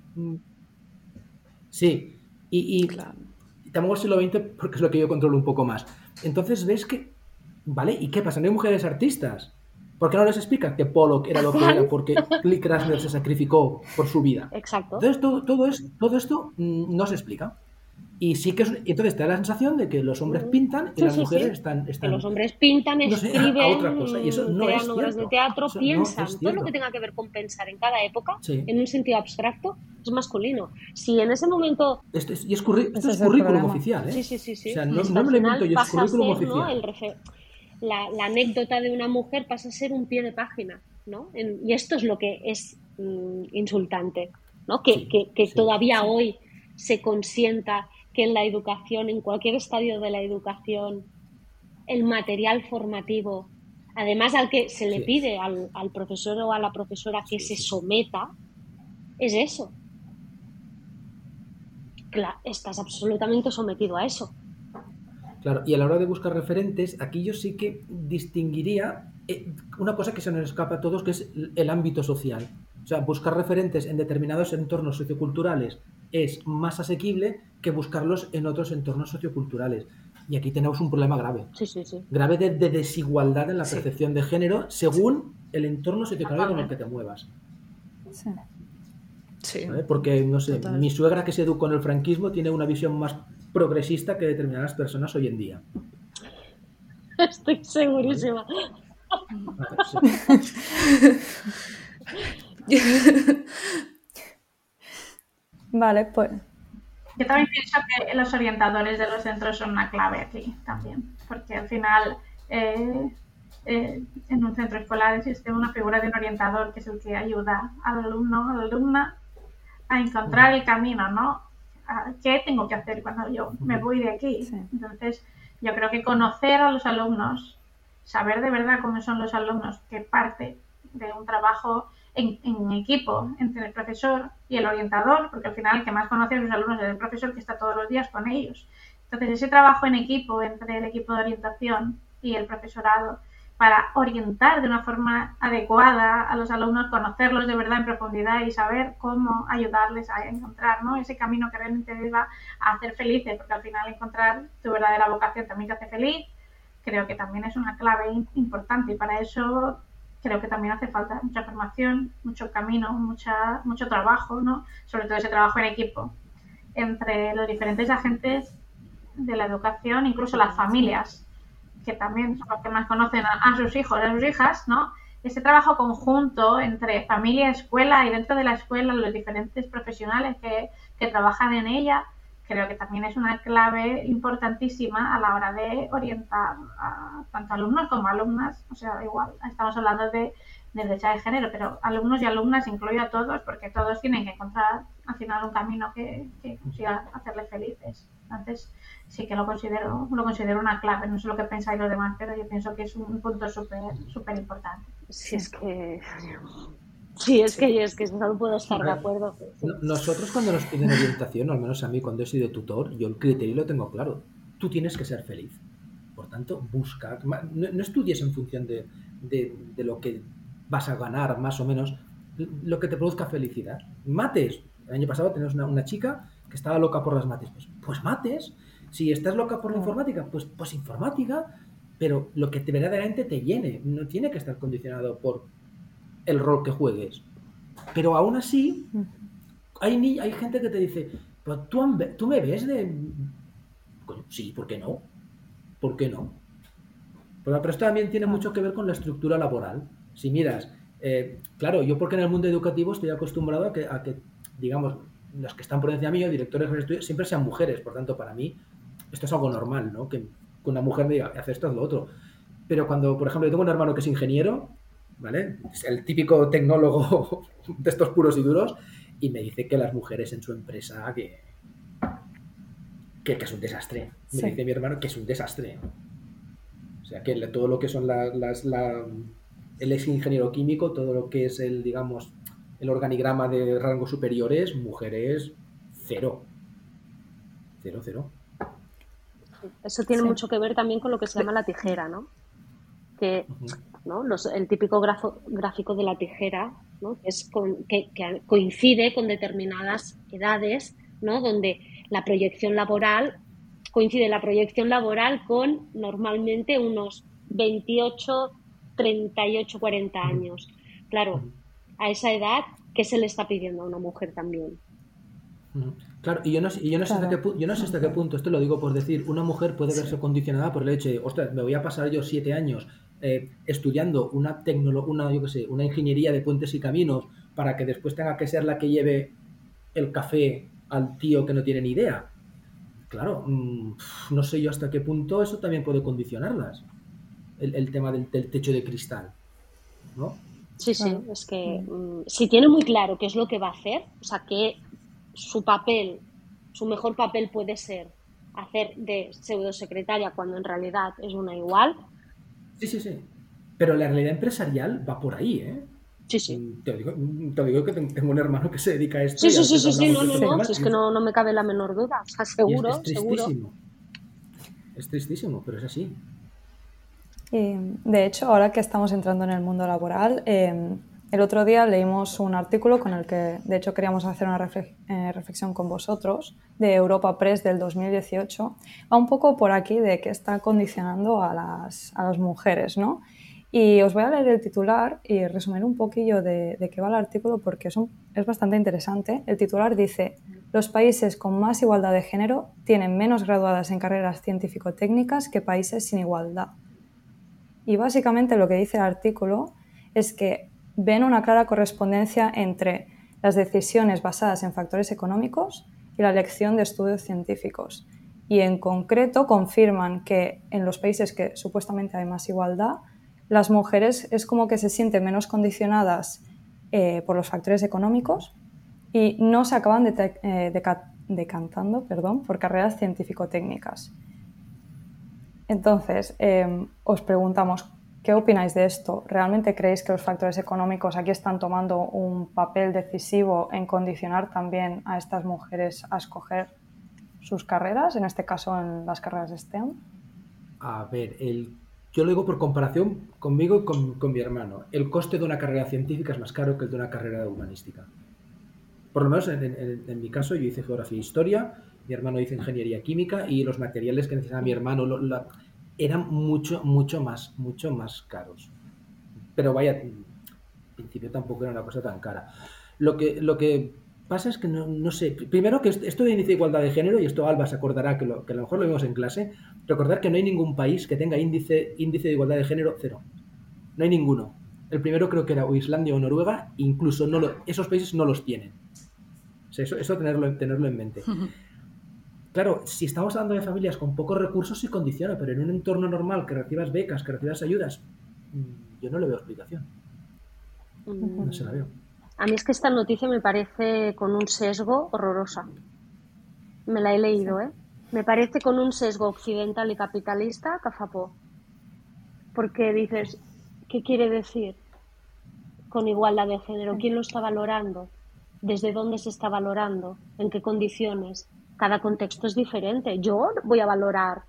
Sí. Y, y Claro. estamos en el siglo veinte porque es lo que yo controlo un poco más. Entonces ves que, ¿vale? ¿Y qué pasa? ¿No hay mujeres artistas? ¿Por qué no les explican que Pollock era lo que era porque Lee Krasner se sacrificó por su vida? Exacto. Entonces todo, todo, es, todo esto mmm, no se explica. Y sí que es, entonces te da la sensación de que los hombres pintan y Sí, las sí, mujeres sí. están, están... Que los hombres pintan, no sé, escriben, a otra cosa. Y eso no crean es obras cierto. de teatro, Eso piensan. no es Todo lo que cierto. tenga que ver con pensar en cada época, Sí. en un sentido abstracto, es masculino. Si en ese momento... Esto es, y es curri- esto Ese es es el currículum problema. oficial, ¿eh? Sí, sí, sí, sí. O sea, no, Es que no al me lo final invento yo, es pasa a currículum ser, ¿no?, oficial. el refe- la, la anécdota de una mujer pasa a ser un pie de página, ¿no? En- y esto es lo que es mm, insultante, ¿no? Que, Sí, que, que sí, todavía sí. hoy se consienta que en la educación, en cualquier estadio de la educación, el material formativo, además al que se le Sí. pide al, al profesor o a la profesora que Sí, se sí, sí. someta, es eso. Claro, estás absolutamente sometido a eso. Claro, y a la hora de buscar referentes, aquí yo sí que distinguiría eh, una cosa que se nos escapa a todos, que es el ámbito social. O sea, buscar referentes en determinados entornos socioculturales es más asequible que buscarlos en otros entornos socioculturales. Y aquí tenemos un problema grave. Sí, sí, sí. Grave de, de desigualdad en la Sí. percepción de género según el entorno socioeconómico en el que te muevas. Sí. Sí. ¿Vale? Porque, no sé, Total. mi suegra que se educó en el franquismo tiene una visión más progresista que determinadas personas hoy en día. Estoy segurísima. Vale, sí. Vale, pues Yo también pienso que los orientadores de los centros son una clave aquí también, porque al final eh, eh, en un centro escolar existe una figura de un orientador que es el que ayuda al alumno o a la alumna a encontrar el camino, ¿no? A ¿qué tengo que hacer cuando yo me voy de aquí? Sí. Entonces, yo creo que conocer a los alumnos, saber de verdad cómo son los alumnos, que parte de un trabajo en, en equipo entre el profesor y el orientador, porque al final el que más conoce a sus alumnos es el profesor que está todos los días con ellos. Entonces, ese trabajo en equipo entre el equipo de orientación y el profesorado para orientar de una forma adecuada a los alumnos, conocerlos de verdad en profundidad y saber cómo ayudarles a encontrar, ¿no?, ese camino que realmente les va a hacer felices, porque al final encontrar tu verdadera vocación también te hace feliz. Creo que también es una clave importante y para eso creo que también hace falta mucha formación, mucho camino, mucha, mucho trabajo, ¿no? Sobre todo ese trabajo en equipo entre los diferentes agentes de la educación, incluso las familias, que también son los que más conocen a, a sus hijos, a sus hijas, ¿no? Ese trabajo conjunto entre familia, escuela y dentro de la escuela los diferentes profesionales que, que trabajan en ella, creo que también es una clave importantísima a la hora de orientar a tanto alumnos como alumnas. O sea, igual, estamos hablando de, de brecha de género, pero alumnos y alumnas incluyo a todos, porque todos tienen que encontrar al final un camino que, que consiga hacerles felices. Entonces, sí que lo considero, lo considero una clave. No sé lo que pensáis los demás, pero yo pienso que es un punto súper súper importante. Si es que... Sí, es que, es que no puedo estar de acuerdo. Sí. Nosotros cuando nos piden orientación, o al menos a mí cuando he sido tutor, yo el criterio lo tengo claro. Tú tienes que ser feliz. Por tanto, busca. No, no estudies en función de, de, de lo que vas a ganar, más o menos, lo que te produzca felicidad. Mates. El año pasado tenemos una, una chica que estaba loca por las mates. Pues, pues mates. Si estás loca por la informática, pues, pues informática. Pero lo que te verdaderamente te llene. No tiene que estar condicionado por el rol que juegues. Pero aún así hay, ni, hay gente que te dice, pero tú, tú me ves de... Coño, sí, ¿por qué no? ¿Por qué no? Pero, pero esto también tiene mucho que ver con la estructura laboral. Si miras, eh, claro, yo porque en el mundo educativo estoy acostumbrado a que, a que, digamos, los que están por encima mío, directores de estudio, siempre sean mujeres. Por tanto, para mí, esto es algo normal, ¿no? Que una mujer me diga, haz esto, haz lo otro. Pero cuando, por ejemplo, yo tengo un hermano que es ingeniero, ¿vale? Es el típico tecnólogo de estos puros y duros, y me dice que las mujeres en su empresa, que, que, que es un desastre. Me sí. dice mi hermano que es un desastre. O sea, que todo lo que son las... las la, él es ingeniero químico, todo lo que es el, digamos, el organigrama de rangos superiores, mujeres, cero. Cero, cero. Eso tiene sí. mucho que ver también con lo que se llama la tijera, ¿no? Que, uh-huh. ¿no? Los, el típico grafo, gráfico de la tijera, ¿no? Que, es con, que, que coincide con determinadas edades, ¿no? Donde la proyección laboral, coincide la proyección laboral con normalmente unos veintiocho, treinta y ocho, cuarenta años. Claro, a esa edad, ¿qué se le está pidiendo a una mujer también? Claro, y yo no, y yo no sé claro. hasta qué, yo no sé hasta qué punto, esto lo digo por decir, una mujer puede verse sí. condicionada por el hecho de, ostras, me voy a pasar yo siete años eh, estudiando una tecnolo, una, yo qué sé, una ingeniería de puentes y caminos para que después tenga que ser la que lleve el café al tío que no tiene ni idea. Claro, mmm, no sé yo hasta qué punto eso también puede condicionarlas. El, el tema del, del techo de cristal, ¿no? Sí, sí, claro. Es que mm, si tiene muy claro qué es lo que va a hacer, o sea, que su papel, su mejor papel puede ser hacer de pseudosecretaria cuando en realidad es una igual. Sí, sí, sí. Pero la realidad empresarial va por ahí, ¿eh? Sí, sí. Te digo, te digo que tengo un hermano que se dedica a esto. Sí, sí, sí, sí, sí, no, no, no, si es que no, no me cabe la menor duda. O sea, seguro, es, es tristísimo. seguro. Es tristísimo, pero es así. Eh, de hecho, ahora que estamos entrando en el mundo laboral, eh, el otro día leímos un artículo con el que, de hecho, queríamos hacer una refle- eh, reflexión con vosotros, de Europa Press del dos mil dieciocho. Va un poco por aquí de qué está condicionando a las, a las mujeres, ¿no? Y os voy a leer el titular y resumir un poquillo de, de qué va el artículo porque es, un, es bastante interesante. El titular dice: los países con más igualdad de género tienen menos graduadas en carreras científico-técnicas que países sin igualdad. Y básicamente lo que dice el artículo es que ven una clara correspondencia entre las decisiones basadas en factores económicos y la elección de estudios científicos. Y en concreto confirman que en los países que supuestamente hay más igualdad, las mujeres es como que se sienten menos condicionadas eh, por los factores económicos y no se acaban de, eh, de, decantando perdón, por carreras científico-técnicas. Entonces, eh, os preguntamos, ¿qué opináis de esto? ¿Realmente creéis que los factores económicos aquí están tomando un papel decisivo en condicionar también a estas mujeres a escoger sus carreras, en este caso en las carreras de STEM? A ver, el, yo lo digo por comparación conmigo y con, con mi hermano. El coste de una carrera científica es más caro que el de una carrera humanística. Por lo menos en, en, en mi caso, yo hice geografía e historia, mi hermano hizo ingeniería química y los materiales que necesitaba mi hermano lo, la, eran mucho, mucho más, mucho más caros. Pero vaya, en principio tampoco era una cosa tan cara. Lo que, lo que pasa es que no, no sé, primero que esto de índice de igualdad de género, y esto Alba se acordará que, lo, que a lo mejor lo vimos en clase, recordar que no hay ningún país que tenga índice, índice de igualdad de género cero. No hay ninguno. El primero creo que era o Islandia o Noruega, incluso no lo, esos países no los tienen. O sea, eso, eso tenerlo, tenerlo en mente. Claro, si estamos hablando de familias con pocos recursos sí condiciona, pero en un entorno normal, que recibas becas, que recibas ayudas, yo no le veo explicación. No se la veo. A mí es que esta noticia me parece con un sesgo horrorosa. Me la he leído, ¿eh? Me parece con un sesgo occidental y capitalista, cafapó. Porque dices, ¿qué quiere decir con igualdad de género? ¿Quién lo está valorando? ¿Desde dónde se está valorando? ¿En qué condiciones? Cada contexto es diferente. Yo voy a valorar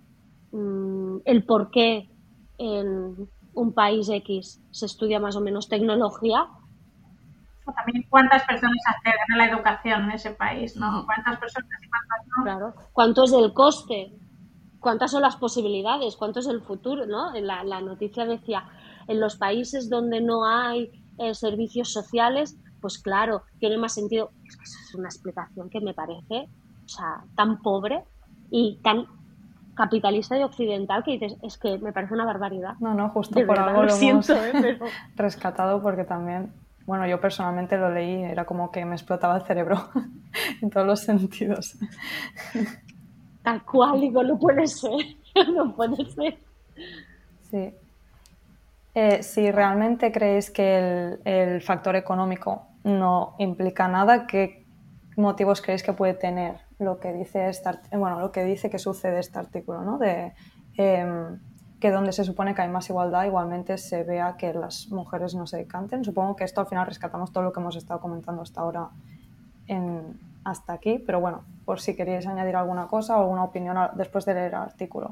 mmm, el por qué en un país X se estudia más o menos tecnología. O también cuántas personas acceden a la educación en ese país, ¿no? ¿Cuántas personas y cuántas no? Claro. ¿Cuánto es el coste? ¿Cuántas son las posibilidades? ¿Cuánto es el futuro? ¿No? La, la noticia decía, en los países donde no hay eh, servicios sociales, pues claro, tiene más sentido. Es que eso es una explicación que me parece, o sea, tan pobre y tan capitalista y occidental que dices, es que me parece una barbaridad. No, no, justo de por verdad, algo lo, lo siento, hemos ¿eh? Pero... rescatado porque también bueno, yo personalmente lo leí, era como que me explotaba el cerebro en todos los sentidos. Tal cual, digo, no puede ser, no puede ser. Sí. Eh, si realmente creéis que el, el factor económico no implica nada, ¿qué motivos creéis que puede tener lo que dice este, bueno, lo que dice que sucede este artículo, ¿no? De eh, que donde se supone que hay más igualdad, igualmente se vea que las mujeres no se decanten? Supongo que esto al final rescatamos todo lo que hemos estado comentando hasta ahora en, hasta aquí, pero bueno, por si queréis añadir alguna cosa o alguna opinión después de leer el artículo.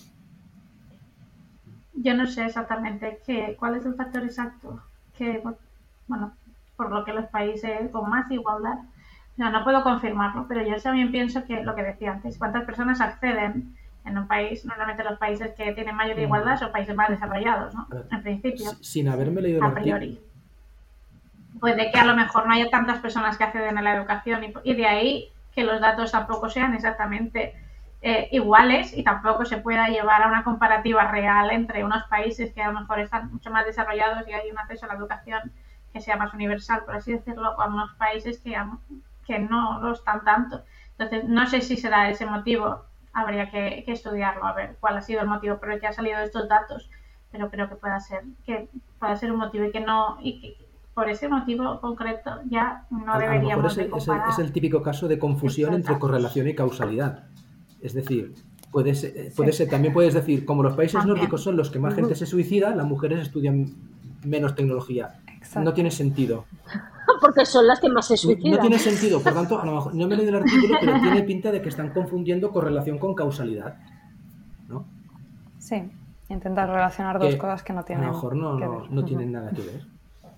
Yo no sé exactamente qué, cuál es el factor exacto que, bueno, por lo que los países con más igualdad, no, no puedo confirmarlo, pero yo también pienso que lo que decía antes, cuántas personas acceden en un país, normalmente los países que tienen mayor igualdad son países más desarrollados, ¿no? En principio, sin haberme leído el a priori. Puede que a lo mejor no haya tantas personas que acceden a la educación y, y de ahí que los datos tampoco sean exactamente Eh, iguales y tampoco se pueda llevar a una comparativa real entre unos países que a lo mejor están mucho más desarrollados y hay un acceso a la educación que sea más universal, por así decirlo, con unos países que, que no lo están tanto. Entonces, no sé si será ese motivo, habría que, que estudiarlo, a ver cuál ha sido el motivo por el que han salido estos datos, pero creo que pueda ser, que pueda ser un motivo y que no... Y que, por ese motivo concreto ya no a, deberíamos a lo mejor es el, es, el, es el típico caso de confusión entre correlación y causalidad. Es decir, puede ser, puede ser, también puedes decir, como los países nórdicos son los que más gente se suicida, las mujeres estudian menos tecnología. Exacto. No tiene sentido. Porque son las que más se suicidan. No tiene sentido, por tanto, a lo mejor no me he leído el artículo, pero tiene pinta de que están confundiendo correlación con causalidad, ¿no? Sí, intentar relacionar dos que cosas que no tienen. A lo mejor no, que no, ver. no tienen nada que ver.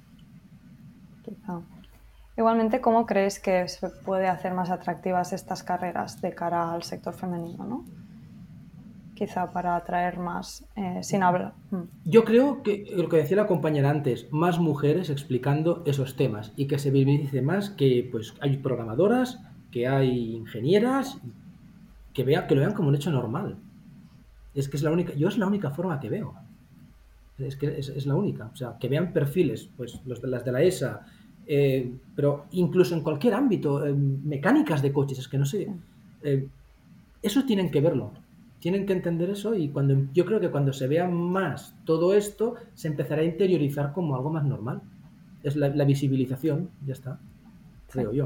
Quizá. Igualmente, ¿cómo crees que se puede hacer más atractivas estas carreras de cara al sector femenino, ¿no? Quizá para atraer más, eh, sin hablar. Yo creo que lo que decía la compañera antes, más mujeres explicando esos temas y que se visibilice más que pues hay programadoras, que hay ingenieras, que vean, que lo vean como un hecho normal. Es que es la única, yo es la única forma que veo. Es que es, es la única. O sea, que vean perfiles, pues los de las de la E S A. Eh, pero incluso en cualquier ámbito, eh, mecánicas de coches, es que no sé, eh, eso tienen que verlo, tienen que entender eso y cuando yo creo que cuando se vea más todo esto se empezará a interiorizar como algo más normal. Es la, la visibilización, ya está, creo sí. yo.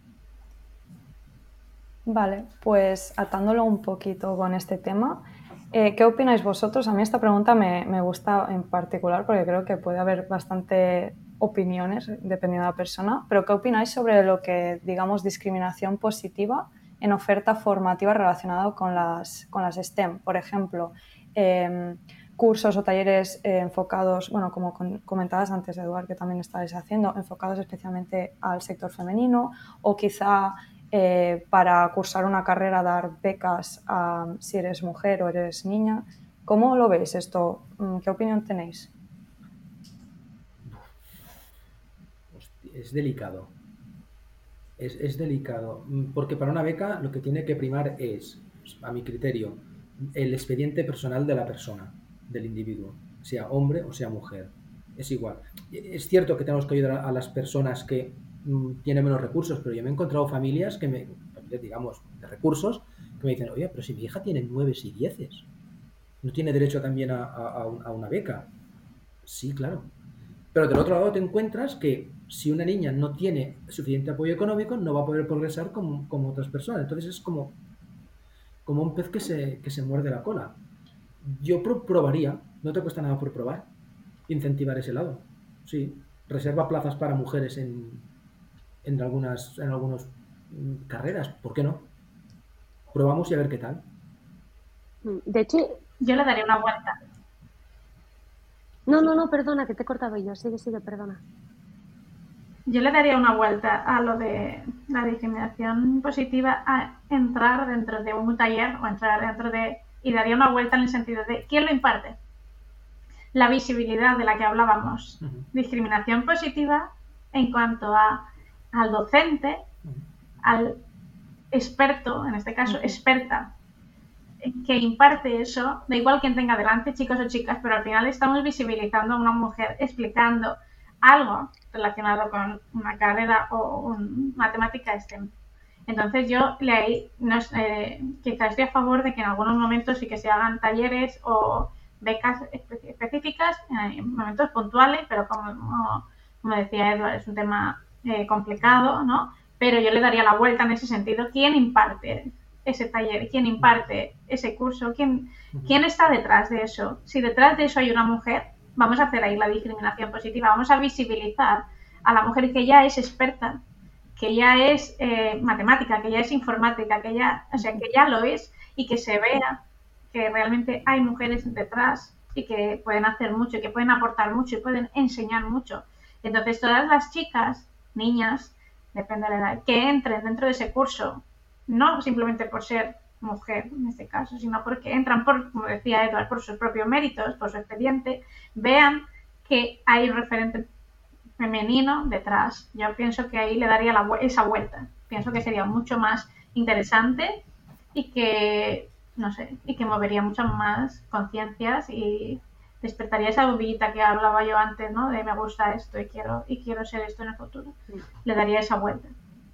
Vale, pues atándolo un poquito con este tema, eh, ¿qué opináis vosotros? A mí esta pregunta me, me gusta en particular porque creo que puede haber bastante opiniones dependiendo de la persona, pero ¿qué opináis sobre lo que, digamos, discriminación positiva en oferta formativa relacionada con las, con las STEM? Por ejemplo, eh, cursos o talleres eh, enfocados, bueno, como con, comentabas antes, Eduard, que también estáis haciendo, enfocados especialmente al sector femenino, o quizá eh, para cursar una carrera dar becas a si eres mujer o eres niña. ¿Cómo lo veis esto? ¿Qué opinión tenéis? Es delicado. Es, es delicado. Porque para una beca lo que tiene que primar es, a mi criterio, el expediente personal de la persona, del individuo, sea hombre o sea mujer. Es igual. Es cierto que tenemos que ayudar a las personas que mmm, tienen menos recursos, pero yo me he encontrado familias que me, digamos, de recursos, que me dicen, oye, pero si mi hija tiene nueves y dieces, ¿no tiene derecho también a, a, a una beca? Sí, claro. Pero del otro lado te encuentras que si una niña no tiene suficiente apoyo económico, no va a poder progresar como, como otras personas. Entonces es como, como un pez que se, que se muerde la cola. Yo pro probaría, no te cuesta nada por probar, incentivar ese lado. Sí, reserva plazas para mujeres en, en algunas en algunas carreras. ¿Por qué no? Probamos y a ver qué tal. De hecho, yo le daría una vuelta. No, no, no, perdona, que te he cortado yo. Sigue, sigue, perdona. Yo le daría una vuelta a lo de la discriminación positiva, a entrar dentro de un taller o entrar dentro de... y daría una vuelta en el sentido de ¿quién lo imparte? La visibilidad de la que hablábamos. Uh-huh. Discriminación positiva en cuanto a al docente, uh-huh. al experto, en este caso, uh-huh. experta, que imparte eso, da igual quien tenga delante, chicos o chicas, pero al final estamos visibilizando a una mujer, explicando algo relacionado con una carrera o un, matemática STEM. Entonces yo leí, no, eh, quizás estoy a favor de que en algunos momentos sí que se hagan talleres o becas específicas en momentos puntuales, pero como, como decía Edward, es un tema eh, complicado, ¿no? Pero yo le daría la vuelta en ese sentido. ¿Quién imparte ese taller? ¿Quién imparte ese curso? ¿Quién, quién está detrás de eso? Si detrás de eso hay una mujer, vamos a hacer ahí la discriminación positiva, vamos a visibilizar a la mujer que ya es experta, que ya es eh, matemática, que ya es informática, que ya, o sea, que ya lo es, y que se vea que realmente hay mujeres detrás y que pueden hacer mucho y que pueden aportar mucho y pueden enseñar mucho. Entonces, todas las chicas, niñas, depende de la edad, que entren dentro de ese curso, no simplemente por ser mujer en este caso, sino porque entran por, como decía Edward, por sus propios méritos, por su expediente, vean que hay un referente femenino detrás. Yo pienso que ahí le daría la, esa vuelta. Pienso que sería mucho más interesante y que, no sé, y que movería mucho más conciencias y despertaría esa bombillita que hablaba yo antes, ¿no? De me gusta esto y quiero, y quiero ser esto en el futuro. Le daría esa vuelta.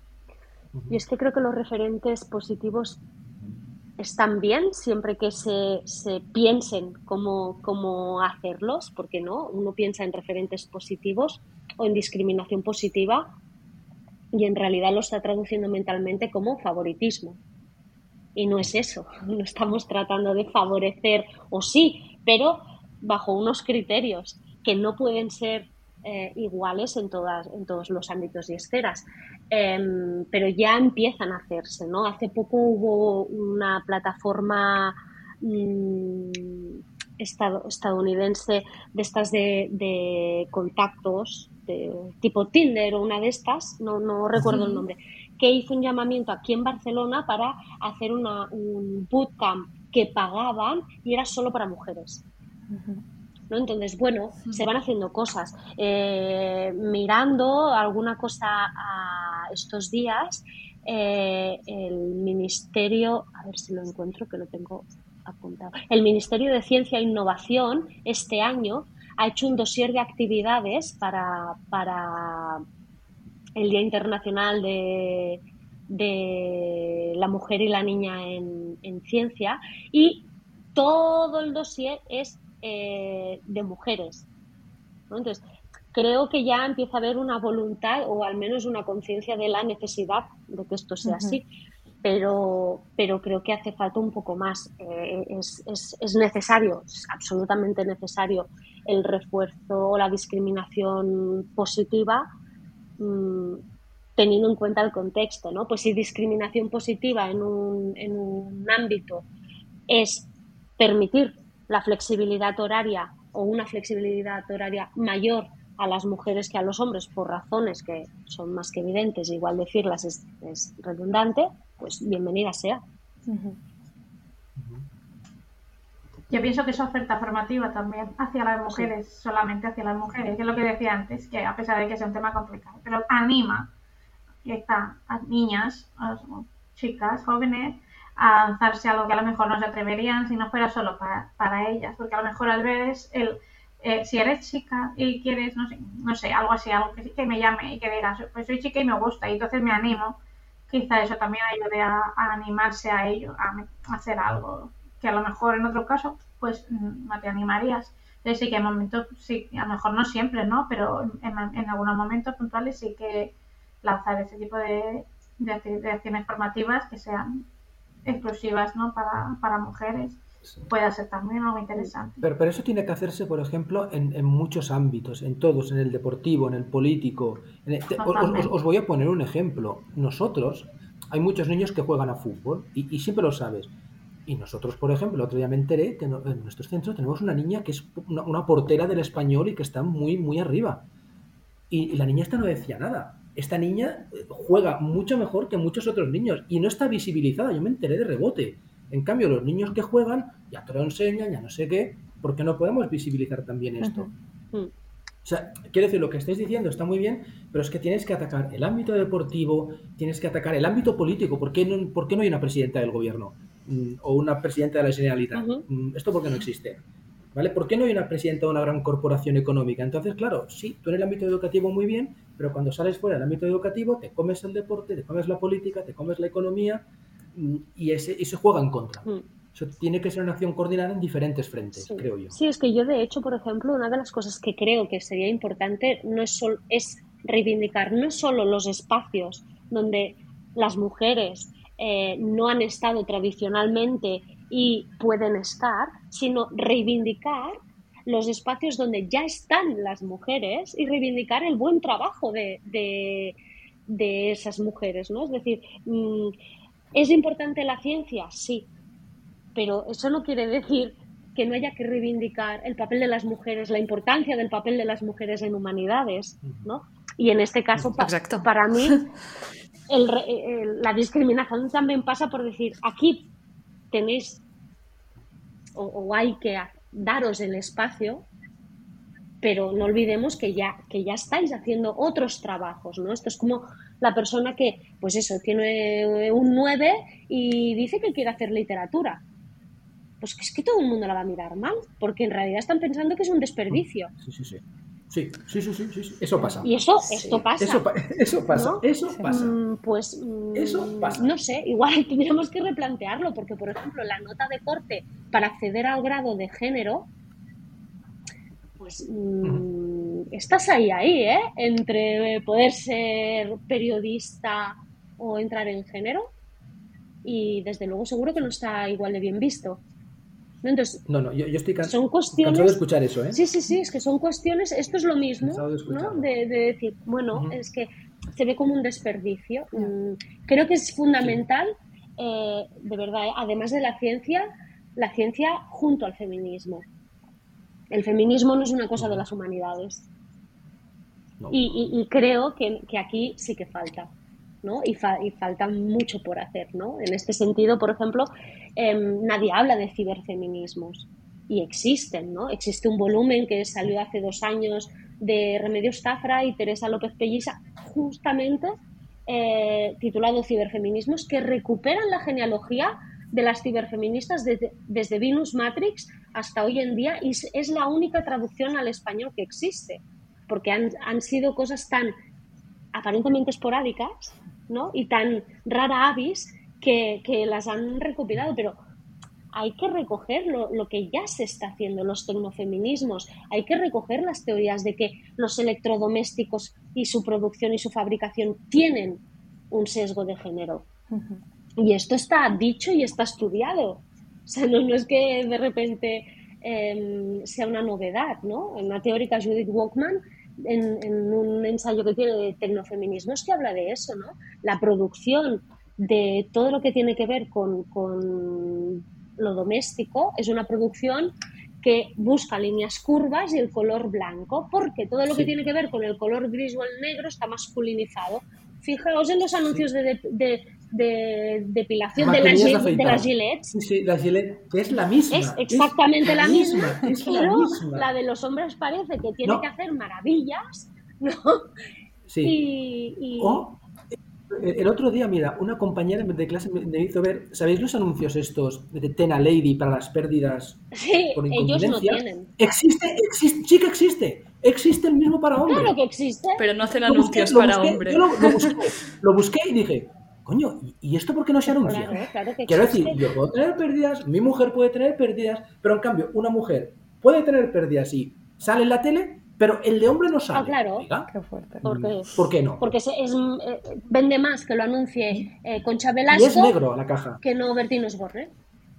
Y es que creo que los referentes positivos están bien siempre que se, se piensen cómo, cómo hacerlos, porque no, uno piensa en referentes positivos o en discriminación positiva y en realidad lo está traduciendo mentalmente como favoritismo. Y no es eso, no estamos tratando de favorecer, o sí, pero bajo unos criterios que no pueden ser eh, iguales en, todas, en todos los ámbitos y esferas. Eh, pero ya empiezan a hacerse, ¿no? Hace poco hubo una plataforma mmm, estad- estadounidense de estas de, de contactos, de, tipo Tinder o una de estas, no, no recuerdo sí. el nombre, que hizo un llamamiento aquí en Barcelona para hacer una, un bootcamp que pagaban y era solo para mujeres. Uh-huh. ¿No? Entonces, bueno, uh-huh. se van haciendo cosas. Eh, mirando alguna cosa a estos días, eh, el Ministerio, a ver si lo encuentro, que lo tengo apuntado, el Ministerio de Ciencia e Innovación este año ha hecho un dossier de actividades para, para el Día Internacional de, de la Mujer y la Niña en, en Ciencia, y todo el dossier es eh, de mujeres, ¿no? Entonces, creo que ya empieza a haber una voluntad o al menos una conciencia de la necesidad de que esto sea uh-huh. así, pero, pero creo que hace falta un poco más. Eh, es, es, es necesario, es absolutamente necesario el refuerzo o la discriminación positiva, teniendo en cuenta el contexto, ¿no? Pues si discriminación positiva en un, en un ámbito es permitir la flexibilidad horaria o una flexibilidad horaria mayor a las mujeres que a los hombres por razones que son más que evidentes, igual decirlas es, es redundante, pues bienvenida sea. Uh-huh. Yo pienso que es oferta formativa también hacia las mujeres, sí. solamente hacia las mujeres, que es lo que decía antes, que a pesar de que sea un tema complicado, pero anima a, a niñas, a chicas, jóvenes, a lanzarse a algo que a lo mejor no se atreverían si no fuera solo para, para ellas, porque a lo mejor al ver el, eh, si eres chica y quieres, no sé, no sé, algo así, algo que, que me llame y que digas, pues soy chica y me gusta, y entonces me animo, quizá eso también ayude a, a animarse a ello, a, a hacer algo que a lo mejor en otro caso pues no te animarías. Entonces sí que en momentos, sí, a lo mejor no siempre, ¿no? Pero en, en algunos momentos puntuales sí que lanzar ese tipo de, de, de acciones formativas que sean exclusivas, ¿no? Para, para mujeres. Sí. Puede ser también algo interesante. Pero, pero eso tiene que hacerse, por ejemplo, en, en muchos ámbitos, en todos, en el deportivo, en el político. En el, te, os, os, os voy a poner un ejemplo. Nosotros, hay muchos niños que juegan a fútbol y, y siempre lo sabes. Y nosotros, por ejemplo, el otro día me enteré que en nuestros centros tenemos una niña que es una, una portera del Español y que está muy, muy arriba. Y, y la niña esta no decía nada. Esta niña juega mucho mejor que muchos otros niños y no está visibilizada. Yo me enteré de rebote. En cambio, los niños que juegan ya te lo enseñan, ya no sé qué. ¿Por qué no podemos visibilizar también esto? Uh-huh. Uh-huh. O sea, quiero decir, lo que estáis diciendo está muy bien, pero es que tienes que atacar el ámbito deportivo, tienes que atacar el ámbito político. ¿Por qué no, por qué no hay una presidenta del gobierno? O una presidenta de la Generalitat. Uh-huh. ¿Esto por qué no existe? ¿vale? ¿Por qué no hay una presidenta de una gran corporación económica? Entonces, claro, sí, tú en el ámbito educativo muy bien, pero cuando sales fuera del ámbito educativo te comes el deporte, te comes la política, te comes la economía y ese, eso juega en contra. Mm. Eso tiene que ser una acción coordinada en diferentes frentes, sí. creo yo. Sí, es que yo de hecho, por ejemplo, una de las cosas que creo que sería importante no es, sol, es reivindicar no solo los espacios donde las mujeres eh, no han estado tradicionalmente y pueden estar, sino reivindicar los espacios donde ya están las mujeres y reivindicar el buen trabajo de, de, de esas mujeres, ¿no? Es decir, mmm, ¿es importante la ciencia? Sí, pero eso no quiere decir que no haya que reivindicar el papel de las mujeres, la importancia del papel de las mujeres en humanidades, ¿no? Y en este caso, pa Exacto. para mí, el, el, la discriminación también pasa por decir, aquí tenéis o, o hay que daros el espacio, pero no olvidemos que ya, que ya estáis haciendo otros trabajos, ¿no? Esto es como la persona que, pues eso, tiene un nueve y dice que quiere hacer literatura. Pues es que todo el mundo la va a mirar mal, porque en realidad están pensando que es un desperdicio. Sí, sí, sí. Sí, sí, sí, sí, sí. Eso pasa. Y eso, sí. esto pasa. Eso, pa eso pasa, ¿no? eso pasa. Mm, pues, mm, eso pasa. No sé, igual tendríamos que replantearlo, porque, por ejemplo, la nota de corte para acceder al grado de género, pues mm, uh-huh. estás ahí, ahí, ¿eh? Entre poder ser periodista o entrar en género, y desde luego seguro que no está igual de bien visto. Entonces, no, no, yo, yo estoy can son cuestiones, cansado de escuchar eso, ¿eh? Sí, sí, sí, es que son cuestiones, esto es lo mismo, de ¿no? De, de decir, bueno, uh-huh. es que se ve como un desperdicio. Uh-huh. Creo que es fundamental, sí. eh, de verdad, ¿eh? Además de la ciencia, la ciencia junto al feminismo. El feminismo no es una cosa uh-huh. de las humanidades. No. Y, y, y creo que, que aquí sí que falta. ¿no? Y, fa y falta mucho por hacer, ¿no? En este sentido, por ejemplo, eh, nadie habla de ciberfeminismos y existen, ¿no? Existe un volumen que salió hace dos años de Remedios Zafra y Teresa López Pelliza, justamente eh, titulado Ciberfeminismos, que recuperan la genealogía de las ciberfeministas desde, desde Venus Matrix hasta hoy en día, y es la única traducción al español que existe, porque han, han sido cosas tan aparentemente esporádicas, ¿no? Y tan rara avis que, que las han recopilado, pero hay que recoger lo, lo que ya se está haciendo, los tecnofeminismos, hay que recoger las teorías de que los electrodomésticos y su producción y su fabricación tienen un sesgo de género. Uh-huh. Y esto está dicho y está estudiado. O sea, no, no es que de repente eh, sea una novedad, ¿no? Una teórica, Judith Walkman, En, en un ensayo que tiene de tecnofeminismos, que habla de eso, ¿no? La producción de todo lo que tiene que ver con, con lo doméstico es una producción que busca líneas curvas y el color blanco, porque todo lo sí. que tiene que ver con el color gris o el negro está masculinizado. Fijaos en los anuncios sí. de, de, de, de depilación de, la, de las Gillette. Sí, sí, la Gillette, que es la misma. Es exactamente es la misma, misma es pero la, misma. la de los hombres parece que tiene no. que hacer maravillas, ¿no? Sí. Y, y... O, el otro día, mira, una compañera de clase me hizo ver, ¿sabéis los anuncios estos de Tena Lady para las pérdidas sí, por incontinencia? Ellos no tienen. Existe, existe, sí que existe. Existe el mismo para hombres. Claro que existe. Pero no hacen lo anuncios busqué, para busqué, hombres. Yo lo, lo, busqué, lo busqué y dije, coño, ¿y esto por qué no se anuncia? Claro, claro que Quiero existe. decir, yo puedo tener pérdidas, mi mujer puede tener pérdidas, pero en cambio una mujer puede tener pérdidas y sale en la tele, pero el de hombre no sale. Ah, claro. Oiga, qué fuerte. ¿Por qué? ¿Por qué no? Porque es, es, eh, vende más que lo anuncie eh, Concha Velasco. Y es negro la caja. Que no Bertín Osborne.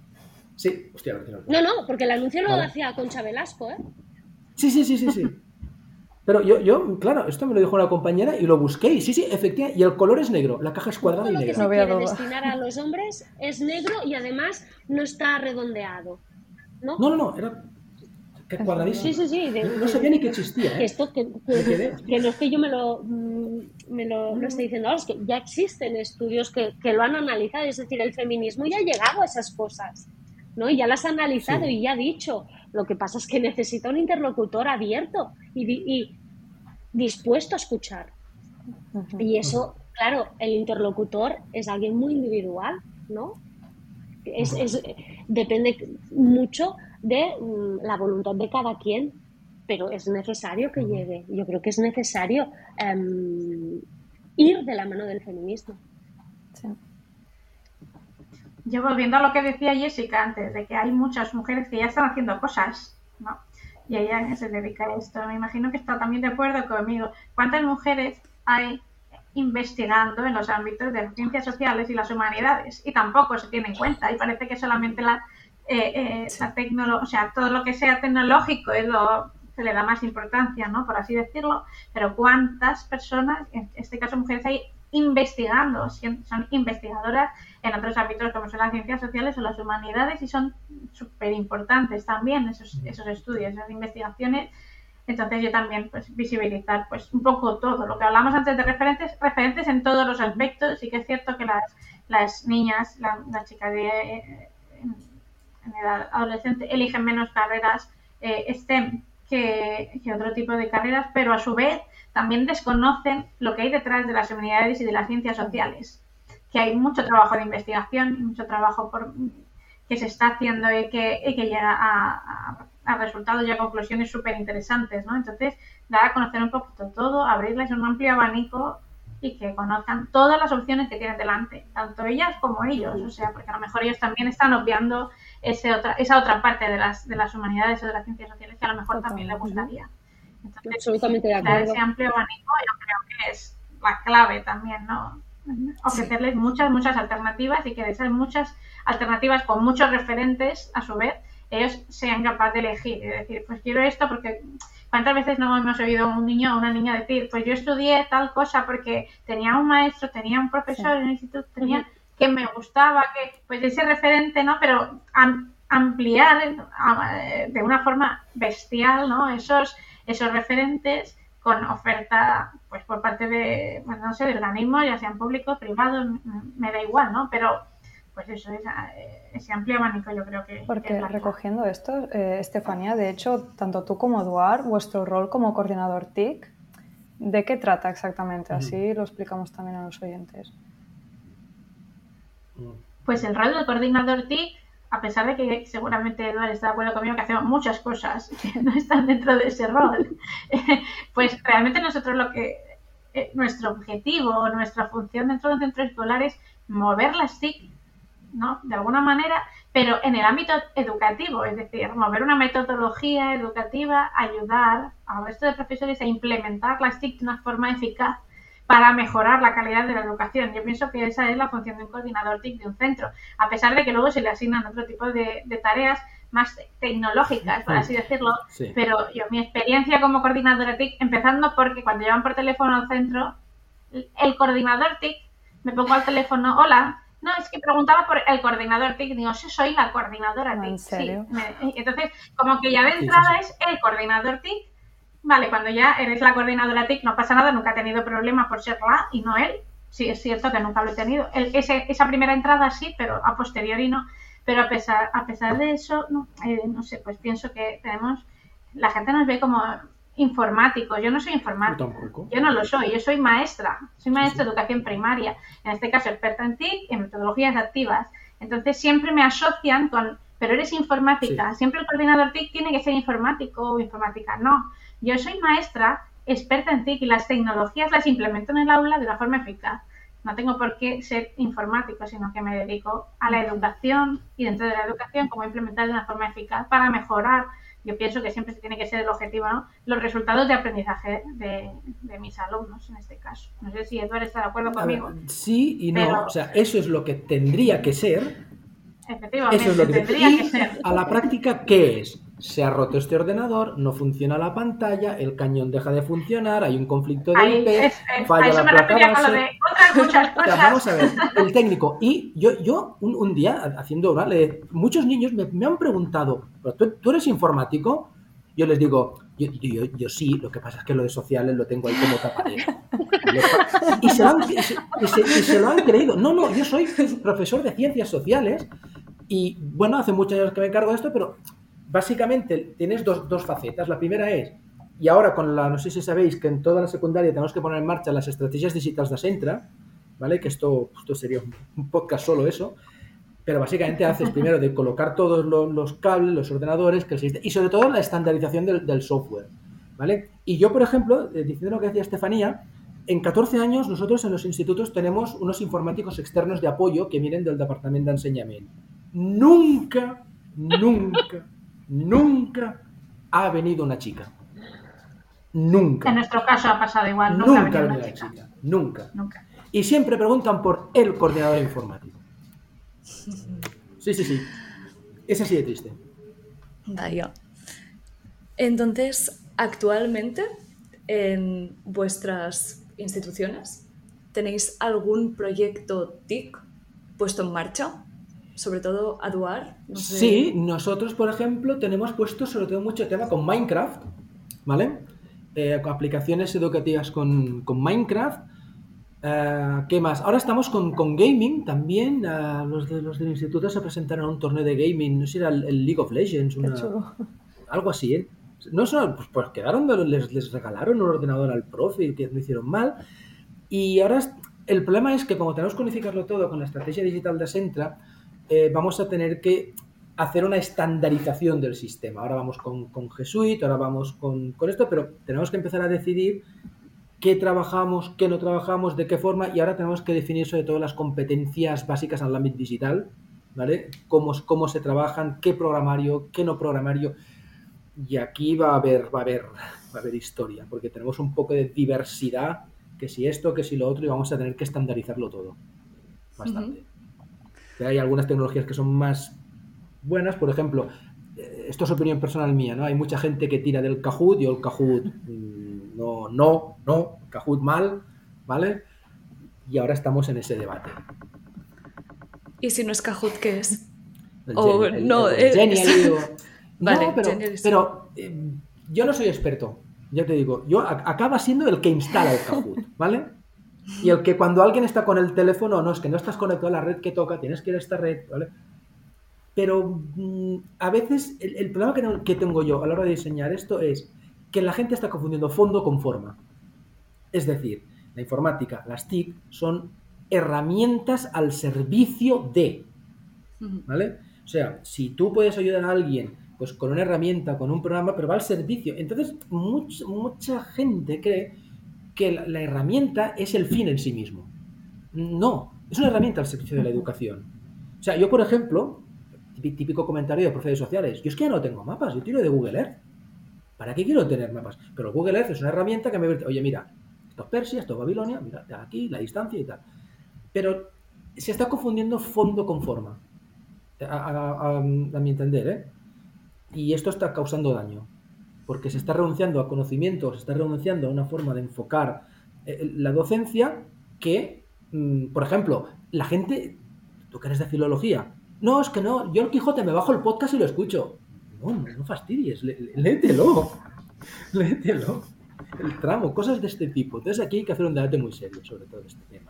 Sí, hostia, Bertín Osborne. No, no, porque el anuncio lo vale. hacía Concha Velasco, ¿eh? Sí, sí, sí, sí, sí. Pero yo, yo, claro, esto me lo dijo una compañera y lo busqué y sí, sí, efectivamente, y el color es negro, la caja es cuadrada y negra. Todo lo que se quiere destinar a los hombres es negro y además no está redondeado, ¿no? No, no, no, era cuadradísimo. Sí, sí, sí. De, no, no sabía ni que existía, ¿eh? Que esto, que, que, que no es que yo me lo, me lo, lo esté diciendo ahora, es que ya existen estudios que, que lo han analizado, es decir, el feminismo ya ha llegado a esas cosas, ¿no? Y ya las ha analizado sí. y ya ha dicho. Lo que pasa es que necesita un interlocutor abierto y, y dispuesto a escuchar. Uh-huh. Y eso, claro, el interlocutor es alguien muy individual, ¿no? Es, es, depende mucho de mm, la voluntad de cada quien, pero es necesario que llegue. Yo creo que es necesario um, ir de la mano del feminismo. Sí. Yo volviendo a lo que decía Jessica antes, de que hay muchas mujeres que ya están haciendo cosas, ¿no? Y ella se dedica a esto. Me imagino que está también de acuerdo conmigo. ¿Cuántas mujeres hay investigando en los ámbitos de las ciencias sociales y las humanidades? Y tampoco se tiene en cuenta. Y parece que solamente la, eh, eh, la tecnología, o sea, todo lo que sea tecnológico es lo se le da más importancia, ¿no? Por así decirlo. Pero ¿cuántas personas, en este caso mujeres, hay investigando? Son investigadoras en otros ámbitos como son las ciencias sociales o las humanidades y son súper importantes también esos, esos estudios, esas investigaciones. Entonces yo también pues visibilizar pues un poco todo lo que hablamos antes de referentes, referentes en todos los aspectos. Sí que es cierto que las, las niñas, la, las chicas de eh, en, en edad adolescente eligen menos carreras eh, STEM que, que otro tipo de carreras, pero a su vez también desconocen lo que hay detrás de las humanidades y de las ciencias sociales, que hay mucho trabajo de investigación y mucho trabajo por, que se está haciendo y que, y que llega a, a, a resultados y a conclusiones súper interesantes, ¿no? Entonces, dar a conocer un poquito todo, abrirles un amplio abanico y que conozcan todas las opciones que tienen delante, tanto ellas como ellos, o sea, porque a lo mejor ellos también están obviando ese otra, esa otra parte de las, de las humanidades o de las ciencias sociales que a lo mejor también les gustaría. Entonces, absolutamente de acuerdo. Ese amplio abanico yo creo que es la clave también, ¿no? Ofrecerles muchas, muchas alternativas y que de esas muchas alternativas con muchos referentes, a su vez, ellos sean capaces de elegir y decir, pues quiero esto porque ¿cuántas veces no hemos oído a un niño o una niña decir, pues yo estudié tal cosa porque tenía un maestro, tenía un profesor sí. en el instituto, tenía que me gustaba, que pues ese referente, ¿no? Pero am, ampliar de una forma bestial, ¿no? Esos, esos referentes con oferta pues por parte de, bueno, no sé, de organismos, ya sean públicos, privados, me da igual, ¿no? Pero pues eso, es, ese amplio abanico yo creo que... Porque que es recogiendo esto, eh, Estefanía, de hecho, tanto tú como Eduard, vuestro rol como coordinador T I C, ¿de qué trata exactamente? Así lo explicamos también a los oyentes. Pues el rol del coordinador T I C, a pesar de que seguramente Eduard está de acuerdo conmigo que hacemos muchas cosas que no están dentro de ese rol, pues realmente nosotros lo que, eh, nuestro objetivo, nuestra función dentro de un centro escolar es mover las T I C, ¿no? De alguna manera, pero en el ámbito educativo, es decir, mover una metodología educativa, ayudar al resto de profesores a implementar las T I C de una forma eficaz para mejorar la calidad de la educación. Yo pienso que esa es la función de un coordinador T I C de un centro, a pesar de que luego se le asignan otro tipo de, de tareas más tecnológicas, por así decirlo, sí. Pero yo, mi experiencia como coordinadora T I C, empezando porque cuando llaman por teléfono al centro, el coordinador T I C, me pongo al teléfono, hola, no, es que preguntaba por el coordinador T I C, digo, sí, soy la coordinadora T I C. ¿En serio? Sí, me, entonces, como que ya de entrada sí, sí, sí. es el coordinador T I C. Vale, cuando ya eres la coordinadora T I C no pasa nada, nunca he tenido problemas por ser la y no él. Sí, es cierto que nunca lo he tenido. El, ese, esa primera entrada sí, pero a posteriori no. Pero a pesar, a pesar de eso, no, eh, no sé, pues pienso que tenemos... La gente nos ve como informáticos. Yo no soy informática. Yo, yo no lo soy. Yo soy maestra. Soy maestra sí, sí. de educación primaria. En este caso, experta en T I C y en metodologías activas. Entonces, siempre me asocian con... Pero eres informática. Sí. Siempre el coordinador T I C tiene que ser informático o informática. No. Yo soy maestra, experta en T I C y las tecnologías las implemento en el aula de una forma eficaz. No tengo por qué ser informático, sino que me dedico a la educación y dentro de la educación cómo implementar de una forma eficaz para mejorar. Yo pienso que siempre se tiene que ser el objetivo, ¿no? Los resultados de aprendizaje de, de mis alumnos, en este caso. No sé si Eduard está de acuerdo conmigo. Ver, sí y no. Pero, o sea, eso es lo que tendría que ser. Efectivamente, eso es lo que tendría y que ser. A la práctica, ¿qué es? Se ha roto este ordenador, no funciona la pantalla, el cañón deja de funcionar, hay un conflicto de I P, es, es, falla la placa base. Con lo de otras muchas cosas. O sea, vamos a ver, el técnico. Y yo, yo un, un día, haciendo oral, eh, muchos niños me, me han preguntado, ¿tú, ¿tú eres informático? Yo les digo, yo, yo, yo sí, lo que pasa es que lo de sociales lo tengo ahí como tapadero. Y se, lo han, y, se, y, se, y se lo han creído. No, no, yo soy profesor de ciencias sociales y, bueno, hace muchos años que me encargo de esto, pero... Básicamente tienes dos, dos facetas. La primera es, y ahora con la, no sé si sabéis que en toda la secundaria tenemos que poner en marcha las estrategias digitales de Centra, ¿vale? Que esto, esto sería un podcast solo eso. Pero básicamente haces primero de colocar todos los, los cables, los ordenadores, que el sistema, y sobre todo la estandarización del, del software, ¿vale? Y yo, por ejemplo, eh, diciendo lo que decía Estefanía, en catorce años nosotros en los institutos tenemos unos informáticos externos de apoyo que vienen del Departamento de Enseñamiento. Nunca, nunca, nunca ha venido una chica. Nunca. En nuestro caso ha pasado igual. Nunca, Nunca, nunca ha ha venido venido una una chica. chica. Nunca. Nunca. Y siempre preguntan por el coordinador informático. Sí, sí, sí. Es así de triste. Vaya. Entonces, actualmente, en vuestras instituciones, ¿tenéis algún proyecto T I C puesto en marcha? Sobre todo Aduar. No sé. Sí, nosotros, por ejemplo, tenemos puesto sobre todo mucho tema con Minecraft, ¿vale? Eh, con aplicaciones educativas con, con Minecraft. Uh, ¿Qué más? Ahora estamos con, con gaming también. Uh, los, de, los del instituto se presentaron a un torneo de gaming, no sé si era el, el League of Legends, una, algo así, ¿eh? No solo, pues, pues quedaron, les, les regalaron un ordenador al profe y que no hicieron mal. Y ahora el problema es que como tenemos que unificarlo todo con la estrategia digital de Centra, eh, vamos a tener que hacer una estandarización del sistema. Ahora vamos con, con G Suite, ahora vamos con, con esto, pero tenemos que empezar a decidir qué trabajamos, qué no trabajamos, de qué forma, y ahora tenemos que definir sobre todo las competencias básicas en el ámbito digital, ¿vale? Cómo, cómo se trabajan, qué programario, qué no programario, y aquí va a haber, va a haber, va a haber historia, porque tenemos un poco de diversidad, que si esto, que si lo otro, y vamos a tener que estandarizarlo todo, bastante. Uh-huh. Hay algunas tecnologías que son más buenas, por ejemplo, esto es opinión personal mía, ¿no? Hay mucha gente que tira del Kahoot, yo el Kahoot no, no, no, Kahoot mal, ¿vale? Y ahora estamos en ese debate. ¿Y si no es Kahoot, qué es? El o Genial, el, no, el, el Genial, o... Vale, no, pero, pero eh, yo no soy experto, ya te digo, yo a, acaba siendo el que instala el Kahoot, ¿vale? Y el que cuando alguien está con el teléfono, no, es que no estás conectado a la red que toca, tienes que ir a esta red, ¿vale? Pero mmm, a veces el, el problema que, no, que tengo yo a la hora de diseñar esto es que la gente está confundiendo fondo con forma. Es decir, la informática, las T I C, son herramientas al servicio de, ¿vale? O sea, si tú puedes ayudar a alguien pues con una herramienta, con un programa, pero va al servicio. Entonces, much, mucha gente cree que la, la herramienta es el fin en sí mismo. No, es una herramienta al servicio de la educación. O sea, yo, por ejemplo, típico comentario de profesores sociales, yo es que ya no tengo mapas, yo tiro de Google Earth. ¿Para qué quiero tener mapas? Pero Google Earth es una herramienta que me dice, oye, mira, esto es Persia, esto es Babilonia, mira, aquí, la distancia y tal. Pero se está confundiendo fondo con forma, a, a, a, a mi entender, ¿eh? Y esto está causando daño, porque se está renunciando a conocimiento, se está renunciando a una forma de enfocar eh, la docencia que, mmm, por ejemplo, la gente, tú que eres de filología, no, es que no, yo el Quijote me bajo el podcast y lo escucho. No, no, no fastidies, lé, léetelo, léetelo, el tramo, cosas de este tipo. Entonces aquí hay que hacer un debate muy serio sobre todo este tema.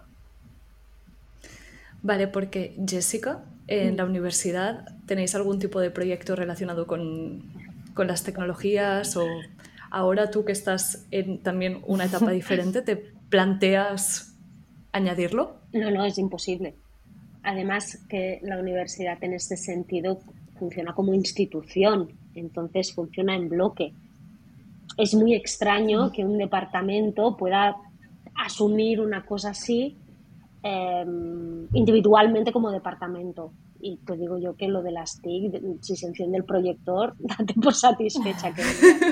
Vale, porque Jessica, en la universidad, ¿tenéis algún tipo de proyecto relacionado con, con las tecnologías? O ahora tú que estás en también una etapa diferente, ¿te planteas añadirlo? No, no, es imposible. Además que la universidad en este sentido funciona como institución, entonces funciona en bloque. Es muy extraño que un departamento pueda asumir una cosa así eh, individualmente como departamento. Y te digo yo que lo de las T I C, si se enciende el proyector, date por satisfecha. Que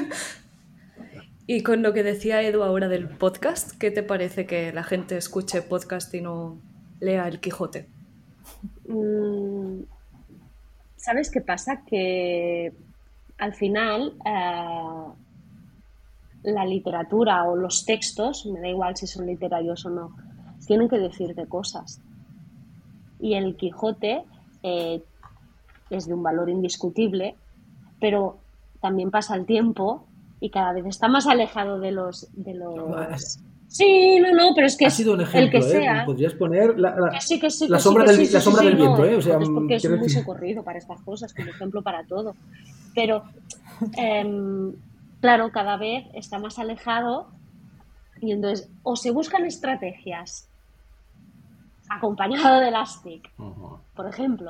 y con lo que decía Edu ahora del podcast, ¿qué te parece que la gente escuche podcast y no lea El Quijote? ¿Sabes qué pasa? Que al final eh, la literatura o los textos, me da igual si son literarios o no, tienen que decirte cosas. Y El Quijote eh, es de un valor indiscutible, pero también pasa el tiempo y cada vez está más alejado de los... De los... Sí, no, no, pero es que ha sido un ejemplo, el que ¿eh? sea. Podrías poner la, la, que sí, que sí, la que sombra, sí, del, sí, la sí, sombra sí, del no, viento, ¿eh? O sea, es porque es muy decir... socorrido para estas cosas, como ejemplo para todo. Pero, eh, claro, cada vez está más alejado y entonces o se buscan estrategias acompañado de las T I C, uh-huh. por ejemplo,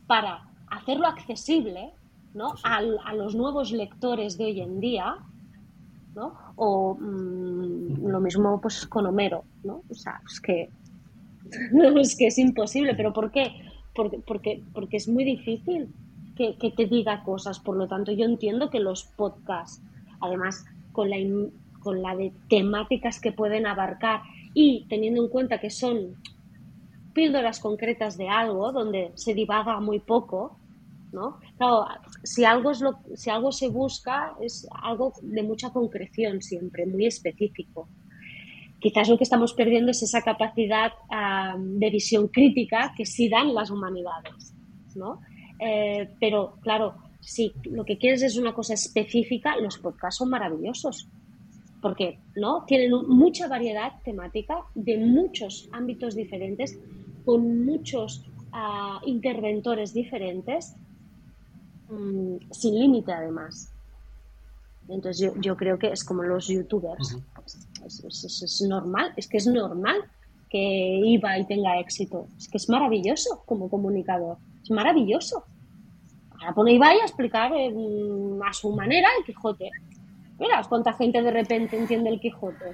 para hacerlo accesible, ¿no? Sí, sí. A, a los nuevos lectores de hoy en día, ¿no? O mmm, lo mismo pues con Homero, ¿no? O sea, es que, es que es imposible. ¿Pero por qué? Porque, porque, porque es muy difícil que, que te diga cosas. Por lo tanto, yo entiendo que los podcasts, además con la, con la de temáticas que pueden abarcar y teniendo en cuenta que son píldoras concretas de algo donde se divaga muy poco, ¿no? Claro, si algo, es lo, si algo se busca es algo de mucha concreción siempre, muy específico. Quizás lo que estamos perdiendo es esa capacidad uh, de visión crítica que sí dan las humanidades, ¿no? Eh, pero, claro, si lo que quieres es una cosa específica, los podcasts son maravillosos, porque, ¿no? Tienen mucha variedad temática de muchos ámbitos diferentes, con muchos uh, interventores diferentes, um, sin límite además. Entonces yo, yo creo que es como los youtubers. Uh-huh. Es, es, es, es normal, es que es normal que Ibai tenga éxito. Es que es maravilloso como comunicador. Es maravilloso. Ahora pone Ibai a explicar eh, a su manera el Quijote. Verás cuánta gente de repente entiende el Quijote.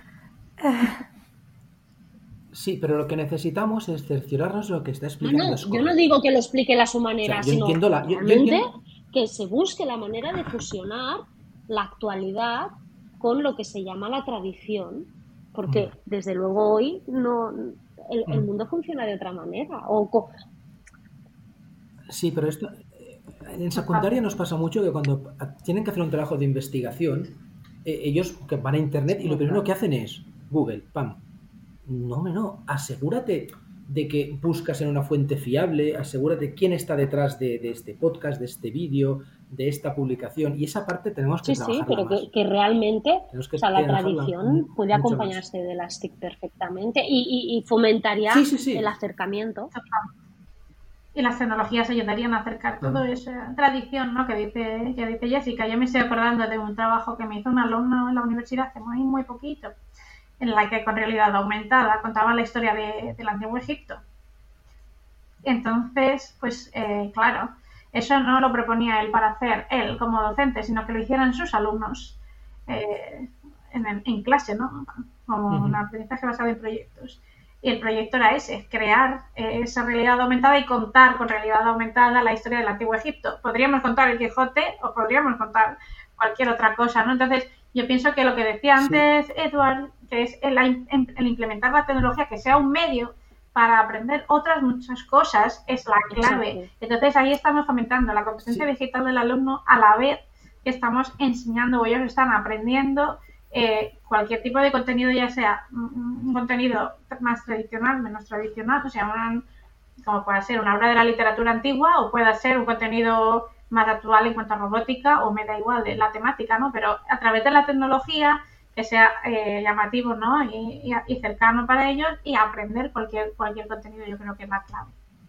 Sí, pero lo que necesitamos es cerciorarnos de lo que está explicando. No, no, es yo no digo que lo explique a su manera, o sea, yo sino entiendo la, yo, realmente yo entiendo... que se busque la manera de fusionar la actualidad con lo que se llama la tradición, porque mm. desde luego hoy no el, el mundo funciona de otra manera. O co- sí, pero esto en secundaria nos pasa mucho que cuando tienen que hacer un trabajo de investigación, eh, ellos que van a internet y lo primero que hacen es Google, pam. No, no, asegúrate de que buscas en una fuente fiable, asegúrate quién está detrás de, de este podcast, de este vídeo, de esta publicación, y esa parte tenemos que sí, trabajarla sí, pero más. que, que realmente que o sea, la tradición puede acompañarse más de las TIC perfectamente y, y, y fomentaría sí, sí, sí. el acercamiento. Y las tecnologías ayudarían a acercar uh-huh. toda esa tradición, ¿no? que dice, que dice Jessica. Yo me estoy acordando de un trabajo que me hizo un alumno en la universidad hace muy, muy poquito, en la que con realidad aumentada contaba la historia de, del Antiguo Egipto. Entonces, pues uh, claro, eso no lo proponía él para hacer él como docente, sino que lo hicieran sus alumnos eh, en, en clase, ¿no? Como uh-huh. un aprendizaje basado en proyectos. Y el proyecto era ese, crear eh, esa realidad aumentada y contar con realidad aumentada la historia del Antiguo Egipto. Podríamos contar el Quijote o podríamos contar cualquier otra cosa, ¿no? Entonces, yo pienso que lo que decía antes sí. Edward, que es el, el implementar la tecnología que sea un medio para aprender otras muchas cosas, es la clave. Exacto. Entonces, ahí estamos fomentando la competencia sí. digital del alumno a la vez que estamos enseñando o ellos están aprendiendo eh, cualquier tipo de contenido, ya sea un, un contenido más tradicional, menos tradicional, o sea, un, como puede ser una obra de la literatura antigua o puede ser un contenido más actual en cuanto a robótica, o me da igual de la temática, ¿no? Pero a través de la tecnología que sea eh, llamativo, ¿no? Y, y, y cercano para ellos y aprender cualquier cualquier contenido, yo creo que es la clave.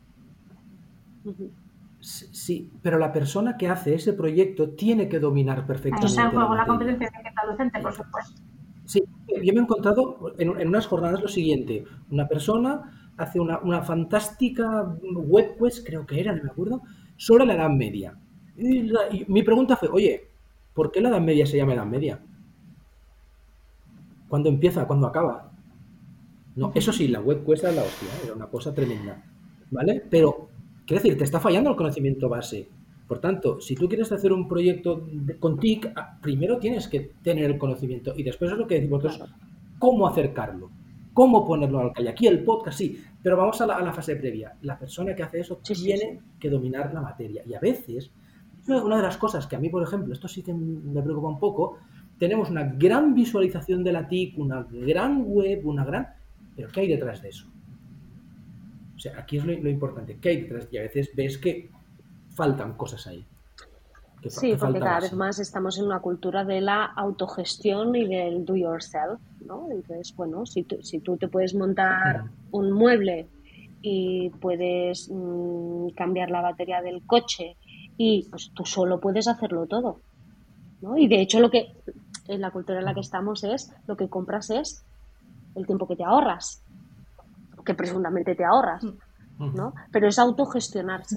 Sí, pero la persona que hace ese proyecto tiene que dominar perfectamente. Ahí está en juego la, la competencia digital docente, por supuesto. Sí, yo me he encontrado en, en unas jornadas lo siguiente. Una persona hace una, una fantástica web quest, creo que era, no me acuerdo, sobre la Edad Media. Y, la, y mi pregunta fue, oye, ¿por qué la Edad Media se llama Edad Media? ¿Cuándo empieza? ¿Cuándo acaba? No, eso sí, la web quest era la hostia, ¿eh? Era una cosa tremenda, ¿vale? Pero, quiero decir, te está fallando el conocimiento base. Por tanto, si tú quieres hacer un proyecto de, con T I C, primero tienes que tener el conocimiento y después es lo que decimos vosotros, cómo acercarlo, cómo ponerlo al calle. Aquí el podcast sí, pero vamos a la, a la fase previa. La persona que hace eso sí, tiene sí, sí. que dominar la materia. Y a veces, una de las cosas que a mí, por ejemplo, esto sí que me preocupa un poco, tenemos una gran visualización de la T I C, una gran web, una gran... ¿Pero qué hay detrás de eso? O sea, aquí es lo, lo importante, ¿qué hay detrás? Y a veces ves que faltan cosas ahí. Que, sí, que porque cada vez más estamos en una cultura de la autogestión y del do yourself, ¿no? Entonces, bueno, si tú, si tú te puedes montar uh-huh. un mueble y puedes mmm, cambiar la batería del coche y pues tú solo puedes hacerlo todo, ¿no? Y de hecho lo que en la cultura en la que estamos es, lo que compras es el tiempo que te ahorras, que presuntamente te ahorras, ¿no? Pero es autogestionarse.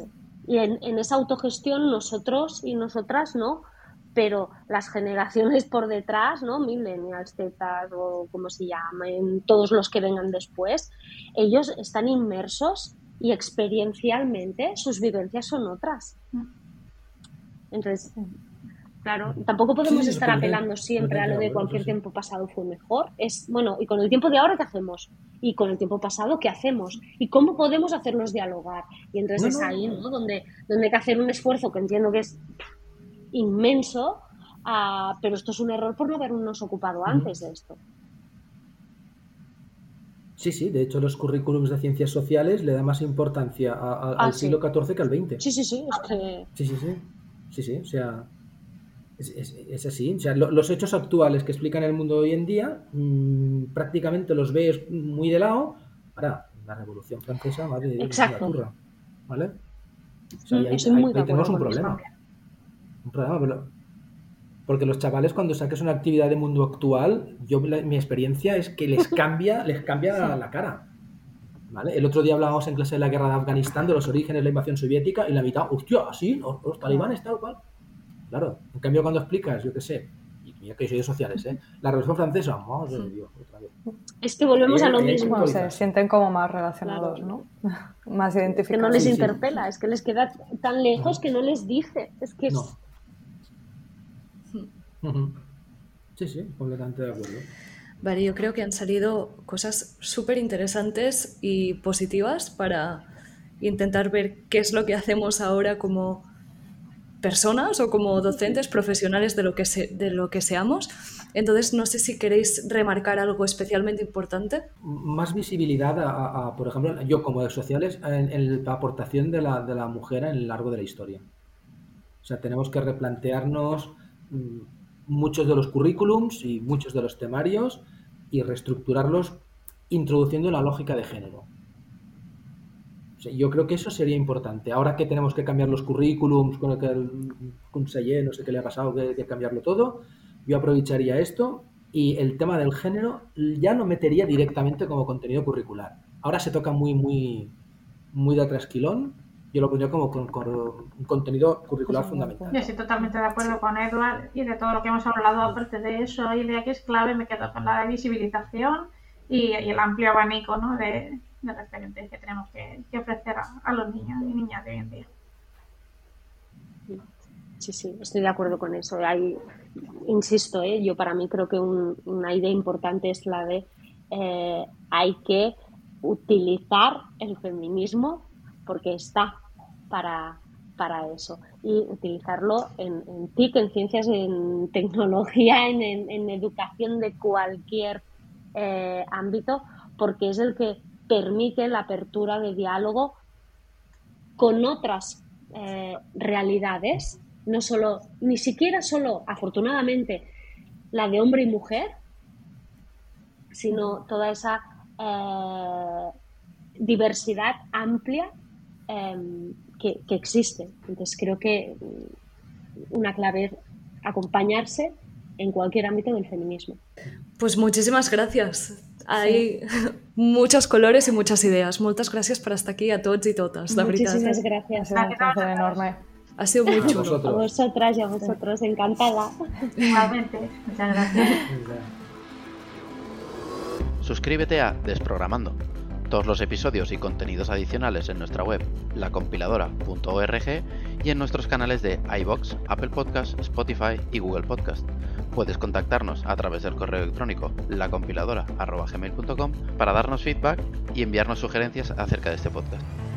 Y en, en esa autogestión nosotros y nosotras, ¿no? Pero las generaciones por detrás, ¿no? Millennials, Zetas o como se llamen, todos los que vengan después, ellos están inmersos y experiencialmente sus vivencias son otras. Entonces, claro, tampoco podemos Sí, estar completamente- apelando siempre a lo de completamente de cualquier acuerdo, sí. tiempo pasado fue mejor. Es, bueno, y con el tiempo de ahora, ¿qué hacemos? Y con el tiempo pasado, ¿qué hacemos? ¿Y cómo podemos hacerlos dialogar? Y entonces No, es no. ahí, ¿no? Donde, donde hay que hacer un esfuerzo que entiendo que es inmenso, ah, pero esto es un error por no habernos ocupado antes de esto. Sí, sí, de hecho los currículums de ciencias sociales le da más importancia a- a- Ah, al sí. siglo catorce que al veinte. Sí, sí, sí, es que... Sí, sí, sí. Sí, sí, o sea, es, es- es así. O sea, lo- los hechos actuales que explican el mundo hoy en día, mmm, prácticamente los ves muy de lado. Ahora, la Revolución Francesa, madre de Dios, es una Exacto. turra, ¿vale? O sea, y ahí, Estoy muy ahí- de ahí tenemos un acuerdo con problema. esto. Un problema, pero- porque los chavales cuando saques una actividad de mundo actual, yo la- mi experiencia es que les cambia, les cambia la cara. ¿Vale? El otro día hablábamos en clase de la guerra de Afganistán, de los orígenes de la invasión soviética, y la mitad, hostia, así, los, los talibanes, tal cual. Claro, en cambio cuando explicas, yo qué sé, y mira que soy de sociales, ¿eh? La Revolución Francesa, madre de Dios, otra vez. Es que volvemos a lo Ahí hay que mismo. Bueno, se improvisar. sienten como más relacionados, Claro. ¿no? Más Que no identificados. les Sí, sí. interpela, es que les queda tan lejos que no les dice. Es que es... No. Ujú. Sí, sí, completamente de acuerdo. Vale, yo creo que han salido cosas súper interesantes y positivas para intentar ver qué es lo que hacemos ahora como personas o como docentes profesionales de lo que, se- de lo que seamos. Entonces, no sé si queréis remarcar algo especialmente importante. Más visibilidad a, a- a, por ejemplo, yo como de sociales, en, en la aportación de la, de la mujer en el largo de la historia. O sea, tenemos que replantearnos mm, muchos de los currículums y muchos de los temarios y reestructurarlos introduciendo la lógica de género. O sea, yo creo que eso sería importante. Ahora que tenemos que cambiar los currículums, con el que el conseller, no sé qué le ha pasado, que hay que cambiarlo todo, yo aprovecharía esto y el tema del género ya lo metería directamente como contenido curricular. Ahora se toca muy, muy, muy de trasquilón. Yo lo pondría como con, con un contenido curricular Pues, fundamental. Yo estoy totalmente de acuerdo con Edward y de todo lo que hemos hablado. Aparte de eso, hay idea que es clave, me quedo con la visibilización y, y el amplio abanico, ¿no? de, de referentes que tenemos que, que ofrecer a, a los niños y niñas de hoy en día. Sí, sí, estoy de acuerdo con eso. Hay, insisto, ¿eh? Yo para mí creo que un- una idea importante es la de eh, hay que utilizar el feminismo porque está para, para eso y utilizarlo en, en T I C, en ciencias, en tecnología, en, en- en educación de cualquier eh, ámbito, porque es el que permite la apertura de diálogo con otras eh, realidades, no solo, ni siquiera solo, afortunadamente, la de hombre y mujer, sino toda esa eh, diversidad amplia eh, que, que existe. Entonces creo que una clave es acompañarse en cualquier ámbito del feminismo. Pues muchísimas gracias. Hay muchos colores y muchas ideas. Muchas gracias por estar aquí a todos y todas, la verdad. Muchísimas Ha gracias. sido un placer enorme. Ha sido muy A chulo. A vosotros. vosotras y a vosotros, encantada. Igualmente, muchas gracias. Suscríbete a Desprogramando. Todos los episodios y contenidos adicionales en nuestra web, lacompiladora punto org, y en nuestros canales de iVoox, Apple Podcast, Spotify y Google Podcast. Puedes contactarnos a través del correo electrónico lacompiladora arroba gmail punto com para darnos feedback y enviarnos sugerencias acerca de este podcast.